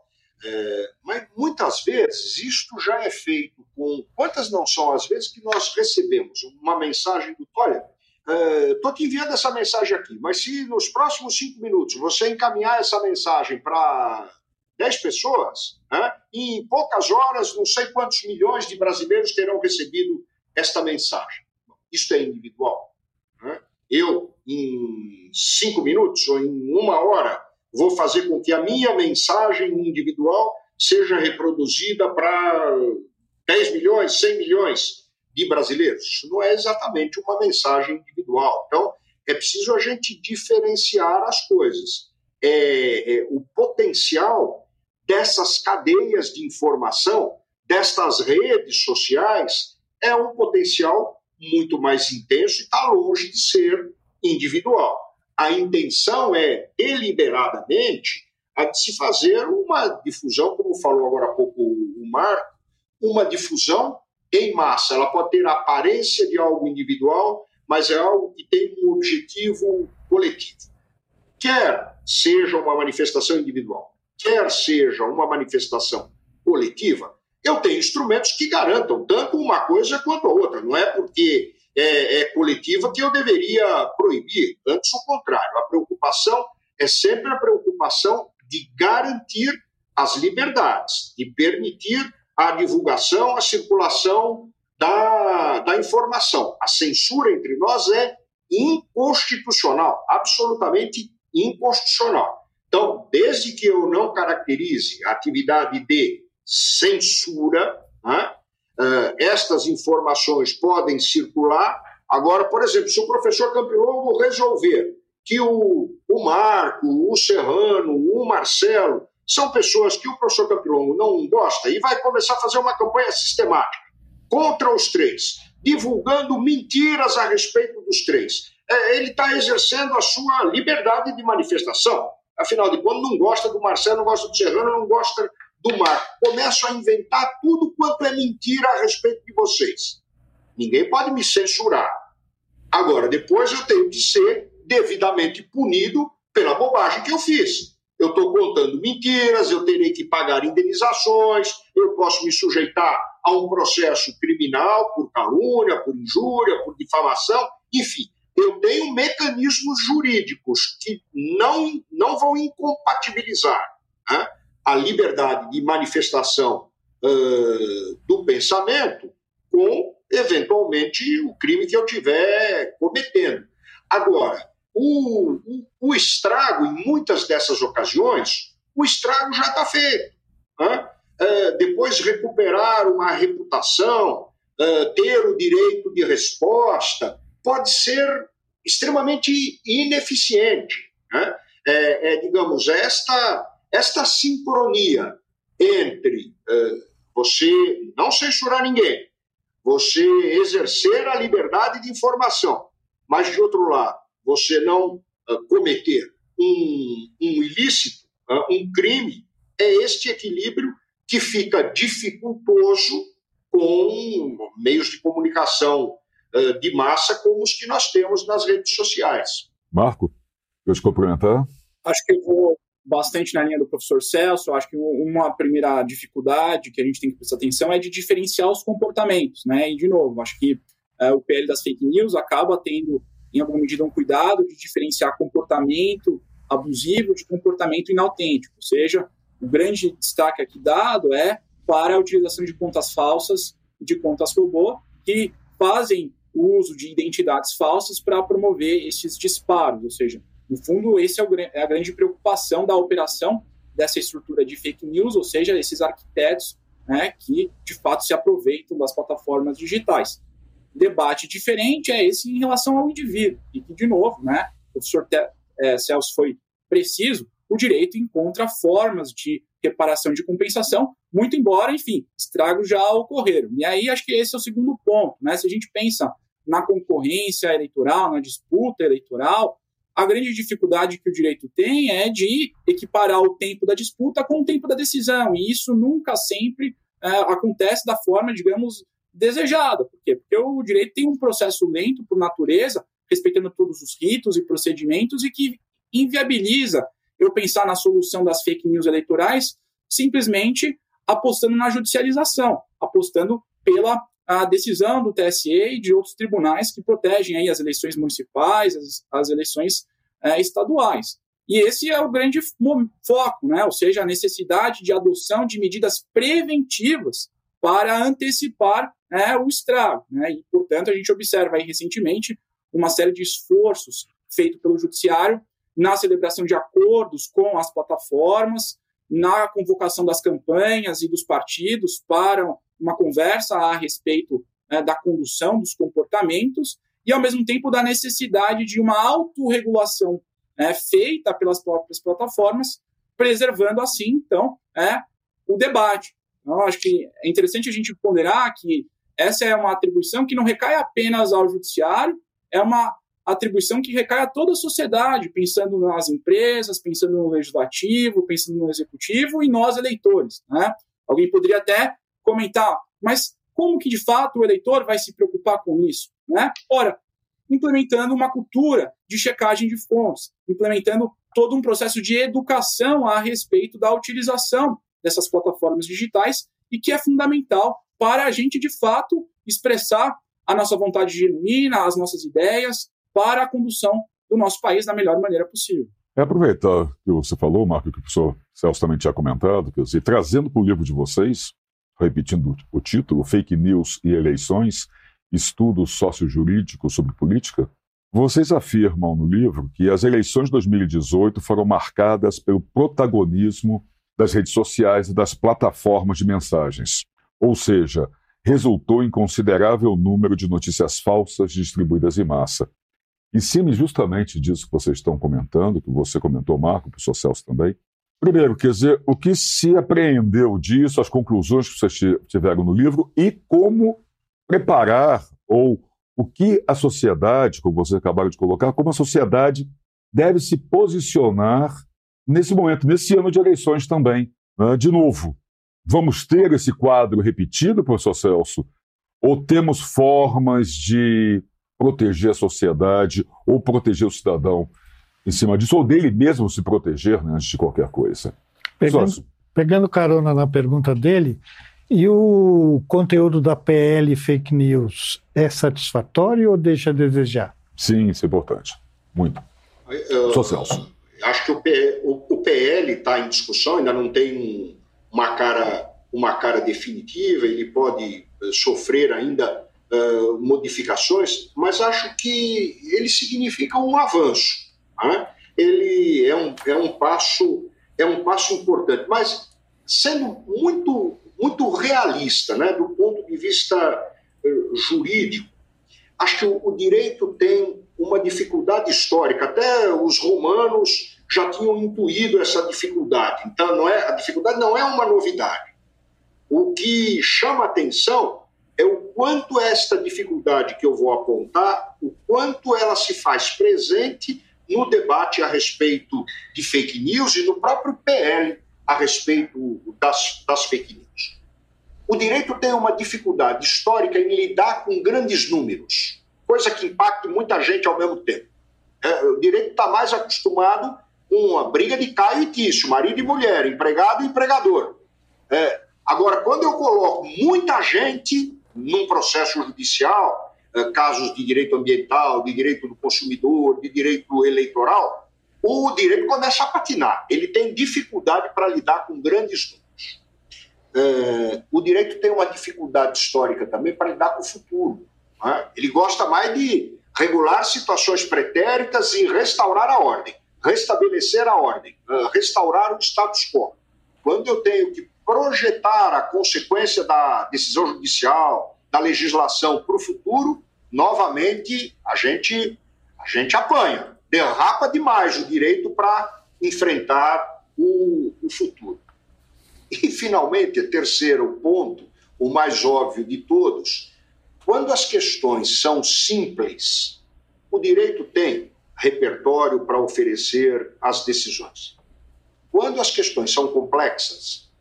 Speaker 3: é, mas muitas vezes isto já é feito com... Quantas não são as vezes que nós recebemos uma mensagem do... Olha, estou é, te enviando essa mensagem aqui, mas se nos próximos cinco minutos você encaminhar essa mensagem para dez pessoas, né, em poucas horas não sei quantos milhões de brasileiros terão recebido esta mensagem. Isto é individual, né? Eu, em cinco minutos ou em uma hora, vou fazer com que a minha mensagem individual seja reproduzida para dez milhões, cem milhões de brasileiros. Isso não é exatamente uma mensagem individual. Então, é preciso a gente diferenciar as coisas. É, é, o potencial dessas cadeias de informação, destas redes sociais, é um potencial muito mais intenso e está longe de ser individual. A intenção é, deliberadamente, a de se fazer uma difusão, como falou agora há pouco o Marco, uma difusão em massa. Ela pode ter a aparência de algo individual, mas é algo que tem um objetivo coletivo. Quer seja uma manifestação individual, quer seja uma manifestação coletiva, eu tenho instrumentos que garantam tanto uma coisa quanto a outra. Não é porque é, é coletiva que eu deveria proibir. Antes, o contrário. A preocupação é sempre a preocupação de garantir as liberdades, de permitir a divulgação, a circulação da, da informação. A censura entre nós é inconstitucional, absolutamente inconstitucional. Então, desde que eu não caracterize a atividade de censura, né, uh, estas informações podem circular. Agora, por exemplo, se o professor Campilongo resolver que o, o Marco, o Serrano, o Marcelo são pessoas que o professor Campilongo não gosta e vai começar a fazer uma campanha sistemática contra os três, divulgando mentiras a respeito dos três, é, ele está exercendo a sua liberdade de manifestação. Afinal de contas, não gosta do Marcelo, não gosta do Serrano, não gosta do Marco. Começo a inventar tudo quanto é mentira a respeito de vocês. Ninguém pode me censurar. Agora, depois eu tenho que ser devidamente punido pela bobagem que eu fiz. Eu estou contando mentiras, eu terei que pagar indenizações, eu posso me sujeitar a um processo criminal por calúnia, por injúria, por difamação, enfim. Eu tenho mecanismos jurídicos que não, não vão incompatibilizar, né, a liberdade de manifestação uh, do pensamento com, eventualmente, o crime que eu estiver cometendo. Agora, o, o, o estrago, em muitas dessas ocasiões, o estrago já está feito. Né? Uh, depois recuperar uma reputação, uh, ter o direito de resposta, pode ser extremamente ineficiente, né? É, é, digamos, esta, esta sincronia entre uh, você não censurar ninguém, você exercer a liberdade de informação, mas, de outro lado, você não uh, cometer um, um ilícito, uh, um crime, é este equilíbrio que fica dificultoso com meios de comunicação uh, de massa como os que nós temos nas redes sociais.
Speaker 2: Marco, eu te complementar?
Speaker 4: Acho que eu vou bastante na linha do professor Celso. Acho que uma primeira dificuldade que a gente tem que prestar atenção é de diferenciar os comportamentos, né? E, de novo, acho que uh, o P L das fake news acaba tendo, em alguma medida, um cuidado de diferenciar comportamento abusivo de comportamento inautêntico. Ou seja, o grande destaque aqui dado é para a utilização de contas falsas, de contas robô, que fazem o uso de identidades falsas para promover esses disparos. Ou seja, no fundo, essa é a grande preocupação da operação dessa estrutura de fake news, ou seja, esses arquitetos, né, que, de fato, se aproveitam das plataformas digitais. O debate diferente é esse em relação ao indivíduo, e que, de novo, né, o professor é, Celso foi preciso, o direito encontra formas de reparação de compensação, muito embora, enfim, estragos já ocorreram. E aí, acho que esse é o segundo ponto, né? Se a gente pensa na concorrência eleitoral, na disputa eleitoral, a grande dificuldade que o direito tem é de equiparar o tempo da disputa com o tempo da decisão, e isso nunca sempre é, acontece da forma, digamos, desejada. Por quê? Porque o direito tem um processo lento por natureza, respeitando todos os ritos e procedimentos, e que inviabiliza eu pensar na solução das fake news eleitorais simplesmente apostando na judicialização, apostando pela a decisão do T S E e de outros tribunais que protegem aí as eleições municipais, as, as eleições é, estaduais. E esse é o grande foco, né? Ou seja, a necessidade de adoção de medidas preventivas para antecipar é, o estrago, né? E, portanto, a gente observa aí recentemente uma série de esforços feitos pelo judiciário na celebração de acordos com as plataformas, na convocação das campanhas e dos partidos para uma conversa a respeito né, da condução dos comportamentos e, ao mesmo tempo, da necessidade de uma autorregulação né, feita pelas próprias plataformas, preservando, assim, então, é, o debate. Então, acho que é interessante a gente ponderar que essa é uma atribuição que não recai apenas ao judiciário, é uma atribuição que recai a toda a sociedade, pensando nas empresas, pensando no legislativo, pensando no executivo e nós, eleitores. Né? Alguém poderia até comentar, mas como que, de fato, o eleitor vai se preocupar com isso? Né? Ora, implementando uma cultura de checagem de fontes, implementando todo um processo de educação a respeito da utilização dessas plataformas digitais e que é fundamental para a gente, de fato, expressar a nossa vontade genuína, as nossas ideias, para a condução do nosso país da melhor maneira possível.
Speaker 2: É aproveitar que você falou, Marco, que o professor Celso também tinha comentado, quer dizer, trazendo para o livro de vocês, repetindo o título, Fake News e Eleições, Estudo Sócio-Jurídico sobre Política, vocês afirmam no livro que as eleições de dois mil e dezoito foram marcadas pelo protagonismo das redes sociais e das plataformas de mensagens. Ou seja, resultou em considerável número de notícias falsas distribuídas em massa. Em cima justamente disso que vocês estão comentando, que você comentou, Marco, o professor Celso também. Primeiro, quer dizer, o que se apreendeu disso, as conclusões que vocês tiveram no livro e como preparar, ou o que a sociedade, como vocês acabaram de colocar, como a sociedade deve se posicionar nesse momento, nesse ano de eleições também. Né? De novo, vamos ter esse quadro repetido, professor Celso? Ou temos formas de proteger a sociedade ou proteger o cidadão em cima disso, ou dele mesmo se proteger né, antes de qualquer coisa?
Speaker 5: Pegando, pegando carona na pergunta dele, e o conteúdo da P L Fake News é satisfatório ou deixa a desejar?
Speaker 2: Sim, isso é importante. Muito. Professor Celso.
Speaker 3: Acho que o, P, o, o P L está em discussão, ainda não tem uma cara, uma cara definitiva, ele pode sofrer ainda uh, modificações, mas acho que ele significa um avanço. Né? Ele é um, é, um passo, é um passo importante, mas sendo muito, muito realista, né? Do ponto de vista jurídico, acho que o, o direito tem uma dificuldade histórica. Até os romanos já tinham intuído essa dificuldade. Então, não é, a dificuldade não é uma novidade. O que chama atenção é o quanto esta dificuldade que eu vou apontar, o quanto ela se faz presente no debate a respeito de fake news e no próprio P L a respeito das, das fake news. O direito tem uma dificuldade histórica em lidar com grandes números, coisa que impacta muita gente ao mesmo tempo. É, o direito está mais acostumado com a briga de Caio e Tício, marido e mulher, empregado e empregador. É, agora, quando eu coloco muita gente num processo judicial, é, casos de direito ambiental, de direito do consumidor, de direito eleitoral, o direito começa a patinar. Ele tem dificuldade para lidar com grandes números. É, o direito tem uma dificuldade histórica também para lidar com o futuro. Né? Ele gosta mais de regular situações pretéritas e restaurar a ordem, restabelecer a ordem, restaurar o status quo. Quando eu tenho que projetar a consequência da decisão judicial, da legislação para o futuro, novamente a gente, a gente apanha, derrapa demais o direito para enfrentar o, o futuro. E, finalmente, o terceiro ponto, o mais óbvio de todos, quando as questões são simples, o direito tem repertório para oferecer as decisões. Quando as questões são complexas,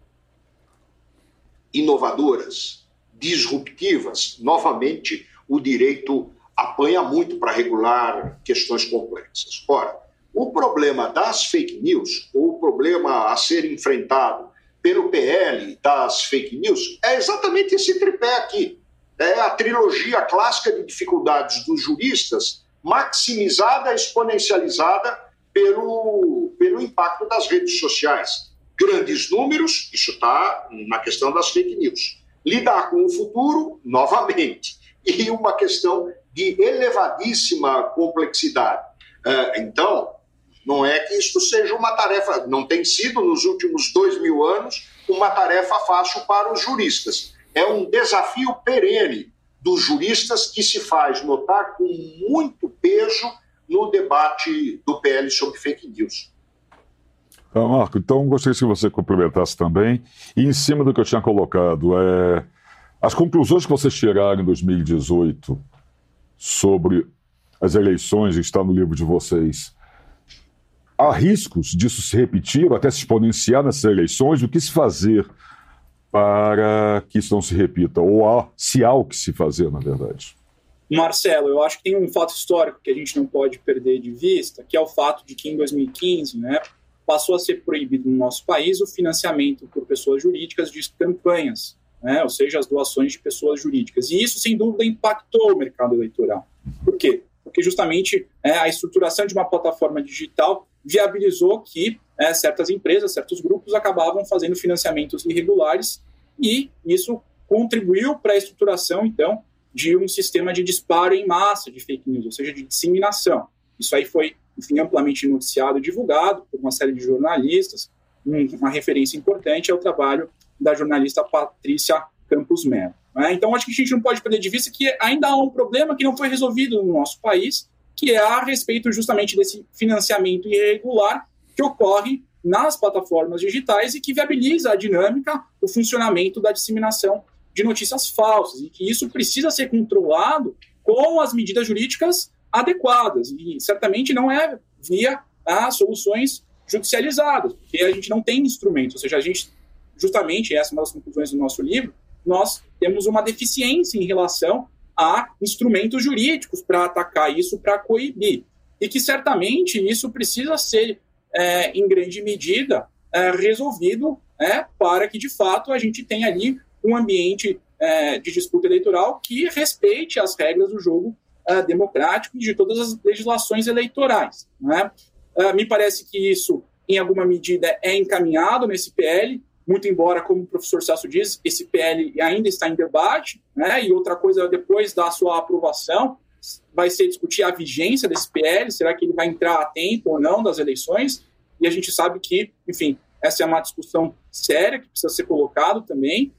Speaker 3: inovadoras, disruptivas, novamente o direito apanha muito para regular questões complexas. Ora, o problema das fake news, ou o problema a ser enfrentado pelo P L das fake news, é exatamente esse tripé aqui. É a trilogia clássica de dificuldades dos juristas, maximizada, exponencializada pelo, pelo impacto das redes sociais. Grandes números, isso está na questão das fake news. Lidar com o futuro, novamente. E uma questão de elevadíssima complexidade. Então, não é que isso seja uma tarefa, não tem sido nos últimos dois mil anos uma tarefa fácil para os juristas. É um desafio perene dos juristas que se faz notar com muito peso no debate do P L sobre fake news.
Speaker 2: Ah, Marco, então gostaria que você complementasse também, e em cima do que eu tinha colocado, é, as conclusões que vocês tiraram em dois mil e dezoito sobre as eleições, que está no livro de vocês, há riscos disso se repetir ou até se exponenciar nessas eleições? O que se fazer para que isso não se repita? Ou há, se há o que se fazer, na verdade?
Speaker 4: Marcelo, eu acho que tem um fato histórico que a gente não pode perder de vista, que é o fato de que em dois mil e quinze, né, passou a ser proibido no nosso país o financiamento por pessoas jurídicas de campanhas, né, ou seja, as doações de pessoas jurídicas. E isso, sem dúvida, impactou o mercado eleitoral. Por quê? Porque justamente é, a estruturação de uma plataforma digital viabilizou que é, certas empresas, certos grupos acabavam fazendo financiamentos irregulares, e isso contribuiu para a estruturação, então, de um sistema de disparo em massa de fake news, ou seja, de disseminação. Isso aí foi, enfim, amplamente noticiado e divulgado por uma série de jornalistas. Uma referência importante é o trabalho da jornalista Patrícia Campos Melo. Né? Então, acho que a gente não pode perder de vista que ainda há um problema que não foi resolvido no nosso país, que é a respeito justamente desse financiamento irregular que ocorre nas plataformas digitais e que viabiliza a dinâmica, o funcionamento da disseminação de notícias falsas, e que isso precisa ser controlado com as medidas jurídicas adequadas, e certamente não é via as soluções judicializadas, porque a gente não tem instrumentos, ou seja, a gente, justamente, essa é uma das conclusões do nosso livro, nós temos uma deficiência em relação a instrumentos jurídicos para atacar isso, para coibir. E que certamente isso precisa ser, é, em grande medida, é, resolvido é, para que, de fato, a gente tenha ali um ambiente é, de disputa eleitoral que respeite as regras do jogo é, democrático e de todas as legislações eleitorais. Né? É, me parece que isso, em alguma medida, é encaminhado nesse P L, muito embora, como o professor Celso diz, esse P L ainda está em debate, né? E outra coisa, depois da sua aprovação, vai ser discutir a vigência desse P L, será que ele vai entrar a tempo ou não das eleições? E a gente sabe que, enfim, essa é uma discussão séria que precisa ser colocada também.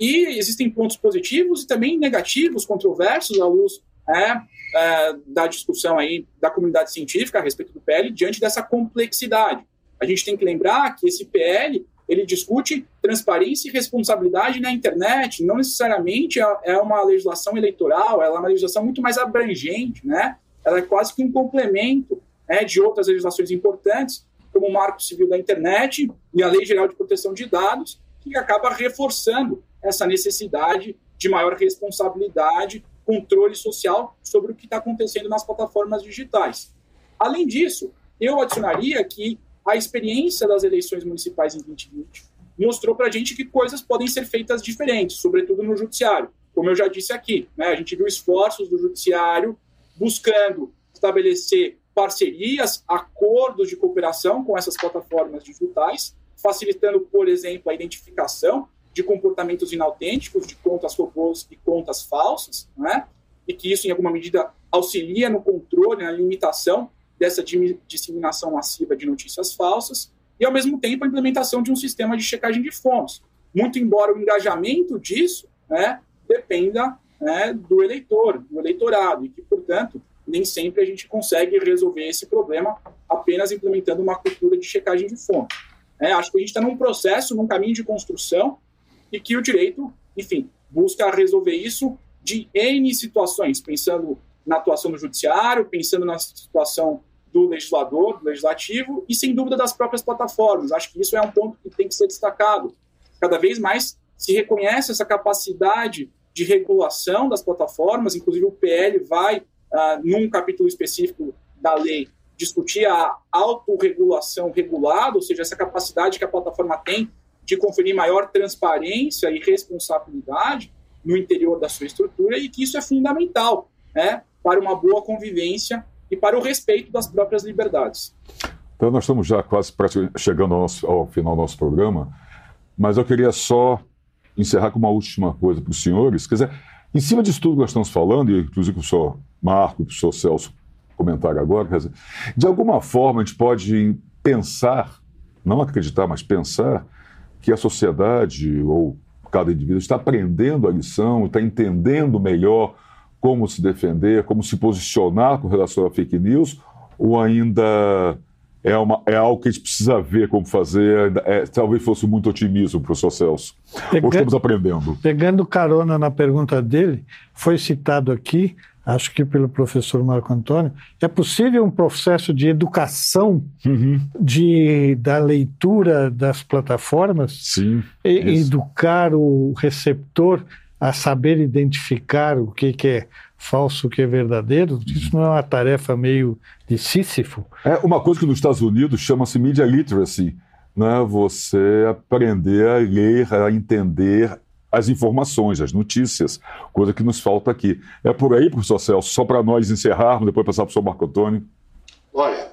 Speaker 4: E existem pontos positivos e também negativos, controversos, à luz é, é, da discussão aí da comunidade científica a respeito do P L, diante dessa complexidade. A gente tem que lembrar que esse P L, ele discute transparência e responsabilidade na internet, não necessariamente é uma legislação eleitoral, ela é uma legislação muito mais abrangente, né? Ela é quase que um complemento, né, de outras legislações importantes, como o Marco Civil da Internet e a Lei Geral de Proteção de Dados, que acaba reforçando essa necessidade de maior responsabilidade, controle social sobre o que está acontecendo nas plataformas digitais. Além disso, eu adicionaria que a experiência das eleições municipais em vinte e vinte mostrou para a gente que coisas podem ser feitas diferentes, sobretudo no judiciário. Como eu já disse aqui, né, a gente viu esforços do judiciário buscando estabelecer parcerias, acordos de cooperação com essas plataformas digitais, facilitando, por exemplo, a identificação de comportamentos inautênticos, de contas robôs e contas falsas, né? E que isso, em alguma medida, auxilia no controle, na limitação dessa disseminação massiva de notícias falsas, e, ao mesmo tempo, a implementação de um sistema de checagem de fontes. Muito embora o engajamento disso, né, dependa, né, do eleitor, do eleitorado, e que, portanto, nem sempre a gente consegue resolver esse problema apenas implementando uma cultura de checagem de fontes. É, acho que a gente está num processo, num caminho de construção, e que o direito, enfim, busca resolver isso de N situações, pensando na atuação do judiciário, pensando na situação do legislador, do legislativo, e sem dúvida das próprias plataformas. Acho que isso é um ponto que tem que ser destacado. Cada vez mais se reconhece essa capacidade de regulação das plataformas, inclusive o P L vai, uh, num capítulo específico da lei, discutir a autorregulação regulada, ou seja, essa capacidade que a plataforma tem de conferir maior transparência e responsabilidade no interior da sua estrutura, e que isso é fundamental, né, para uma boa convivência e para o respeito das próprias liberdades.
Speaker 2: Então, nós estamos já quase chegando ao, nosso, ao final do nosso programa, mas eu queria só encerrar com uma última coisa para os senhores. Quer dizer, em cima disso tudo que nós estamos falando, e inclusive o senhor Marco e o senhor Celso comentaram agora, quer dizer, de alguma forma a gente pode pensar, não acreditar, mas pensar que a sociedade ou cada indivíduo está aprendendo a lição, está entendendo melhor como se defender, como se posicionar com relação a fake news, ou ainda é, uma, é algo que a gente precisa ver como fazer, é, talvez fosse muito otimismo, professor Celso. Pegando, ou estamos aprendendo?
Speaker 5: Pegando carona na pergunta dele, foi citado aqui, acho que pelo professor Marco Antônio, é possível um processo de educação uhum. de, da leitura das plataformas?
Speaker 2: Sim.
Speaker 5: E, educar o receptor a saber identificar o que, que é falso, o que é verdadeiro? Isso não é uma tarefa meio de Sísifo?
Speaker 2: É uma coisa que nos Estados Unidos chama-se media literacy, né? Você aprender a ler, a entender as informações, as notícias, coisa que nos falta aqui. É por aí, professor Celso, só para nós encerrarmos, depois passar para o senhor Marco Antônio.
Speaker 3: Olha,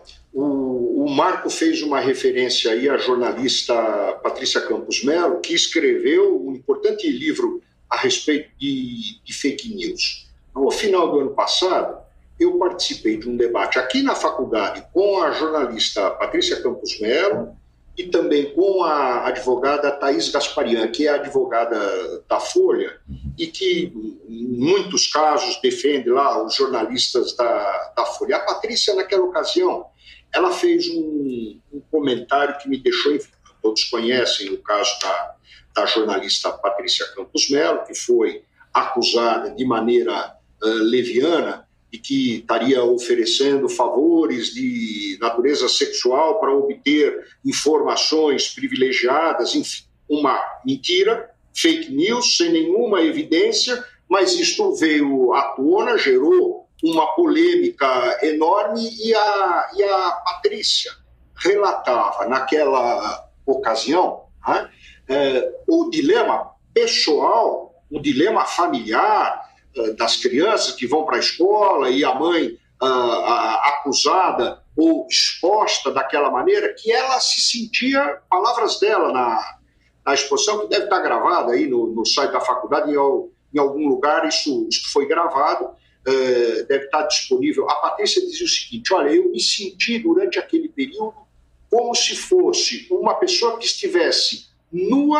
Speaker 3: o, o Marco fez uma referência aí à jornalista Patrícia Campos Mello, que escreveu um importante livro a respeito de, de fake news. No final do ano passado, eu participei de um debate aqui na faculdade com a jornalista Patrícia Campos Mello e também com a advogada Thaís Gasparian, que é a advogada da Folha e que, em muitos casos, defende lá os jornalistas da, da Folha. A Patrícia, naquela ocasião, ela fez um, um comentário que me deixou, enfim, todos conhecem o caso da, da jornalista Patrícia Campos Mello, que foi acusada de maneira uh, leviana e que estaria oferecendo favores de natureza sexual para obter informações privilegiadas, enfim, uma mentira, fake news, sem nenhuma evidência, mas isto veio à tona, gerou uma polêmica enorme e a, e a Patrícia relatava naquela ocasião, né, é, o dilema pessoal, o dilema familiar das crianças que vão para a escola e a mãe uh, uh, acusada ou exposta daquela maneira, que ela se sentia, palavras dela na, na exposição, que deve estar gravada aí no, no site da faculdade, em, em algum lugar isso, isso foi gravado, uh, deve estar disponível. A Patrícia dizia o seguinte: olha, eu me senti durante aquele período como se fosse uma pessoa que estivesse nua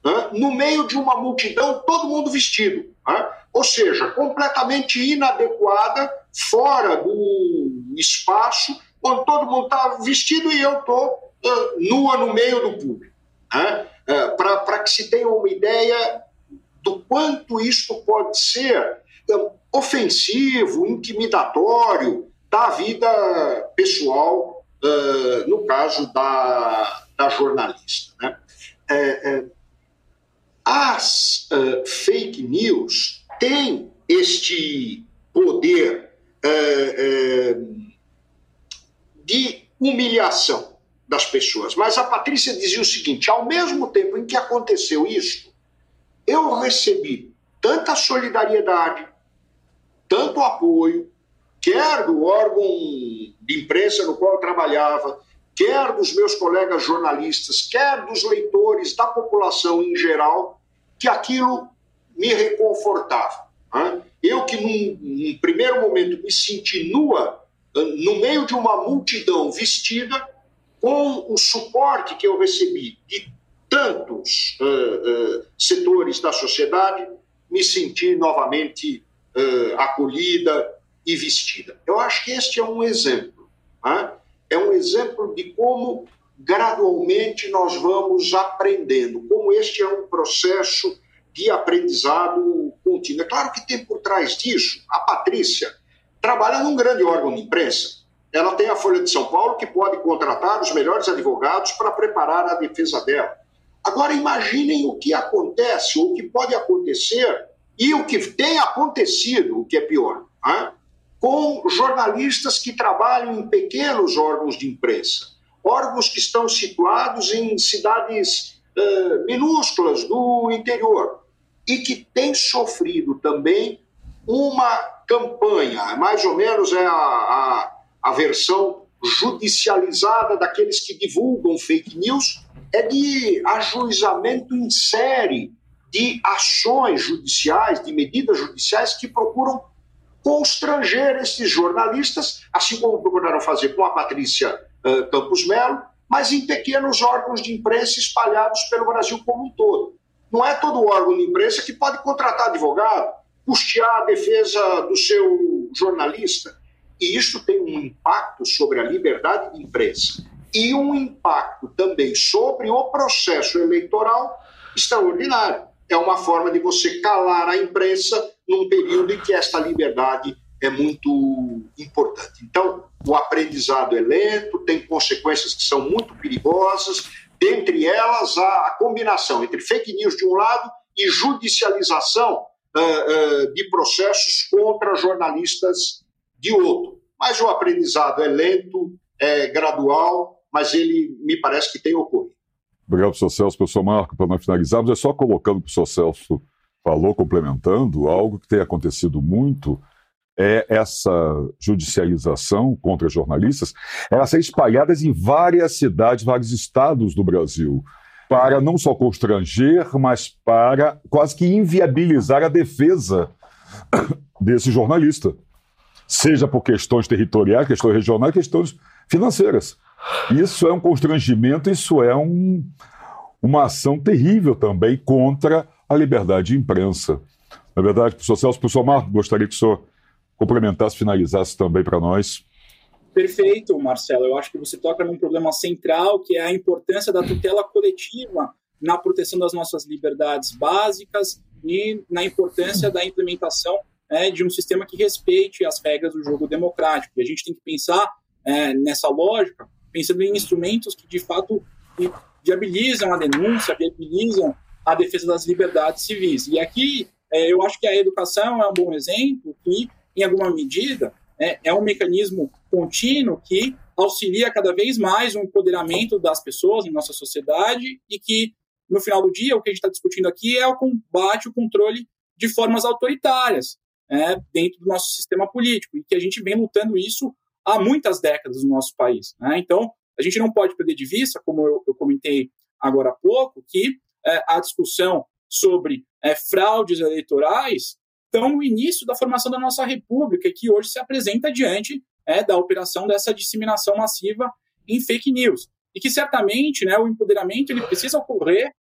Speaker 3: né, no meio de uma multidão, todo mundo vestido. Né? Ou seja, completamente inadequada, fora do espaço, onde todo mundo está vestido e eu estou uh, nua no meio do público. Né? Uh, Para que se tenha uma ideia do quanto isto pode ser uh, ofensivo, intimidatório da vida pessoal, uh, no caso da, da jornalista. Né? É, é, as uh, fake news têm este poder uh, uh, de humilhação das pessoas. Mas a Patrícia dizia o seguinte: ao mesmo tempo em que aconteceu isso, eu recebi tanta solidariedade, tanto apoio, quer do órgão de imprensa no qual eu trabalhava, quer dos meus colegas jornalistas, quer dos leitores, da população em geral, que aquilo me reconfortava. Né? Eu que num, num primeiro momento me senti nua, no meio de uma multidão vestida, com o suporte que eu recebi de tantos uh, uh, setores da sociedade, me senti novamente uh, acolhida e vestida. Eu acho que este é um exemplo. Né? É um exemplo de como gradualmente nós vamos aprendendo, como este é um processo de aprendizado contínuo. É claro que tem por trás disso a Patrícia trabalha num grande órgão de imprensa. Ela tem a Folha de São Paulo, que pode contratar os melhores advogados para preparar a defesa dela. Agora, imaginem o que acontece, ou o que pode acontecer, e o que tem acontecido, o que é pior, né? Com jornalistas que trabalham em pequenos órgãos de imprensa, órgãos que estão situados em cidades uh, minúsculas do interior, e que têm sofrido também uma campanha, mais ou menos é a, a, a versão judicializada daqueles que divulgam fake news, é de ajuizamento em série de ações judiciais, de medidas judiciais que procuram constranger esses jornalistas, assim como procuraram fazer com a Patrícia uh, Campos Melo, mas em pequenos órgãos de imprensa espalhados pelo Brasil como um todo. Não é todo órgão de imprensa que pode contratar advogado, custear a defesa do seu jornalista. E isso tem um impacto sobre a liberdade de imprensa e um impacto também sobre o processo eleitoral extraordinário. É uma forma de você calar a imprensa num período em que esta liberdade é muito importante. Então, o aprendizado é lento, tem consequências que são muito perigosas, dentre elas a, a combinação entre fake news de um lado e judicialização uh, uh, de processos contra jornalistas de outro. Mas o aprendizado é lento, é gradual, mas ele me parece que tem ocorrido.
Speaker 2: Obrigado, professor Celso. Professor Marco, para nós finalizarmos, é só colocando o que o professor Celso falou, complementando, algo que tem acontecido muito é essa judicialização contra jornalistas, elas serem espalhadas em várias cidades, vários estados do Brasil, para não só constranger, mas para quase que inviabilizar a defesa desse jornalista, seja por questões territoriais, questões regionais, questões financeiras. Isso é um constrangimento, isso é um, uma ação terrível também contra a liberdade de imprensa. Na verdade, professor Celso, professor Marco, gostaria que o senhor complementasse, finalizasse também para nós.
Speaker 4: Perfeito, Marcelo. Eu acho que você toca num problema central, que é a importância da tutela coletiva na proteção das nossas liberdades básicas e na importância da implementação é, de um sistema que respeite as regras do jogo democrático. E a gente tem que pensar é, nessa lógica, pensando em instrumentos que, de fato, viabilizam a denúncia, viabilizam a defesa das liberdades civis. E aqui, é, eu acho que a educação é um bom exemplo que, em alguma medida, é, é um mecanismo contínuo que auxilia cada vez mais o empoderamento das pessoas em nossa sociedade e que, no final do dia, o que a gente está discutindo aqui é o combate, o controle de formas autoritárias é, dentro do nosso sistema político e que a gente vem lutando isso há muitas décadas no nosso país. Né? Então, a gente não pode perder de vista, como eu, eu comentei agora há pouco, que é, a discussão sobre é, fraudes eleitorais estão no início da formação da nossa república, que hoje se apresenta diante é, da operação dessa disseminação massiva em fake news. E que certamente né, o empoderamento ele precisa ocorrer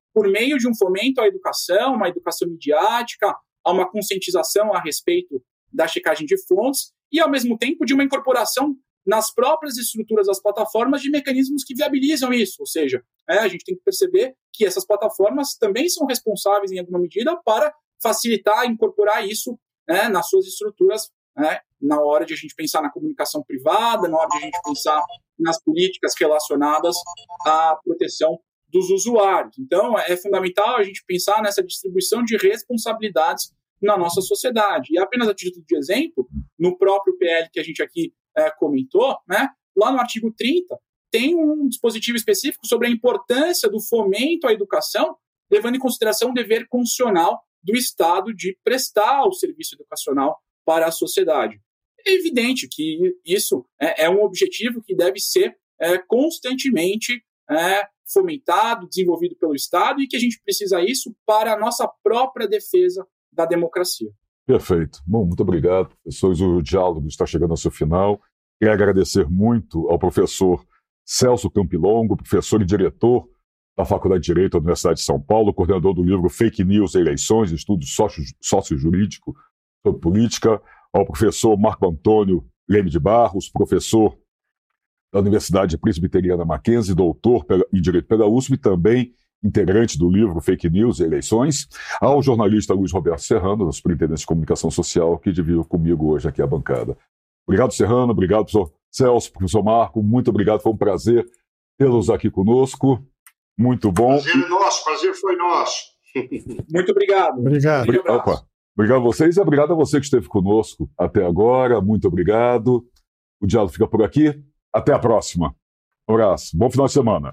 Speaker 4: por meio de um fomento à educação, uma educação midiática, a uma conscientização a respeito da checagem de fontes e, ao mesmo tempo, de uma incorporação nas próprias estruturas das plataformas de mecanismos que viabilizam isso. Ou seja, é, a gente tem que perceber que essas plataformas também são responsáveis, em alguma medida, para facilitar, incorporar isso, né, nas suas estruturas, né, na hora de a gente pensar na comunicação privada, na hora de a gente pensar nas políticas relacionadas à proteção dos usuários. Então, é fundamental a gente pensar nessa distribuição de responsabilidades na nossa sociedade. E apenas a título de exemplo, no próprio P L que a gente aqui é, comentou, né, lá no artigo trinta, tem um dispositivo específico sobre a importância do fomento à educação, levando em consideração o dever constitucional do Estado de prestar o serviço educacional para a sociedade. É evidente que isso é, é um objetivo que deve ser é, constantemente é, fomentado, desenvolvido pelo Estado, e que a gente precisa isso para a nossa própria defesa da democracia.
Speaker 2: Perfeito. Bom, muito obrigado, professores. O diálogo está chegando ao seu final. Quero agradecer muito ao professor Celso Campilongo, professor e diretor da Faculdade de Direito da Universidade de São Paulo, coordenador do livro Fake News e Eleições, Estudo Sócio-Jurídico sobre Política, ao professor Marco Antônio Leme de Barros, professor da Universidade Presbiteriana Mackenzie, doutor em Direito pela U S P, também integrante do livro Fake News e Eleições, ao jornalista Luiz Roberto Serrano, da Superintendência de Comunicação Social, que dividiu comigo hoje aqui a bancada. Obrigado, Serrano, obrigado, professor Celso, professor Marco, muito obrigado, foi um prazer tê-los aqui conosco, muito bom.
Speaker 3: Prazer é nosso, prazer foi nosso.
Speaker 4: Muito obrigado.
Speaker 5: Obrigado.
Speaker 2: Obri- Opa. Obrigado a vocês e obrigado a você que esteve conosco até agora, muito obrigado. O diálogo fica por aqui, até a próxima. Um abraço, bom final de semana.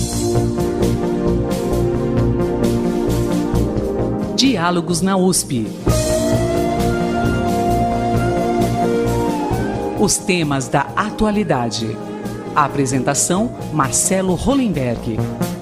Speaker 1: Diálogos na U S P. Os temas da atualidade. A apresentação: Marcelo Hollenberg.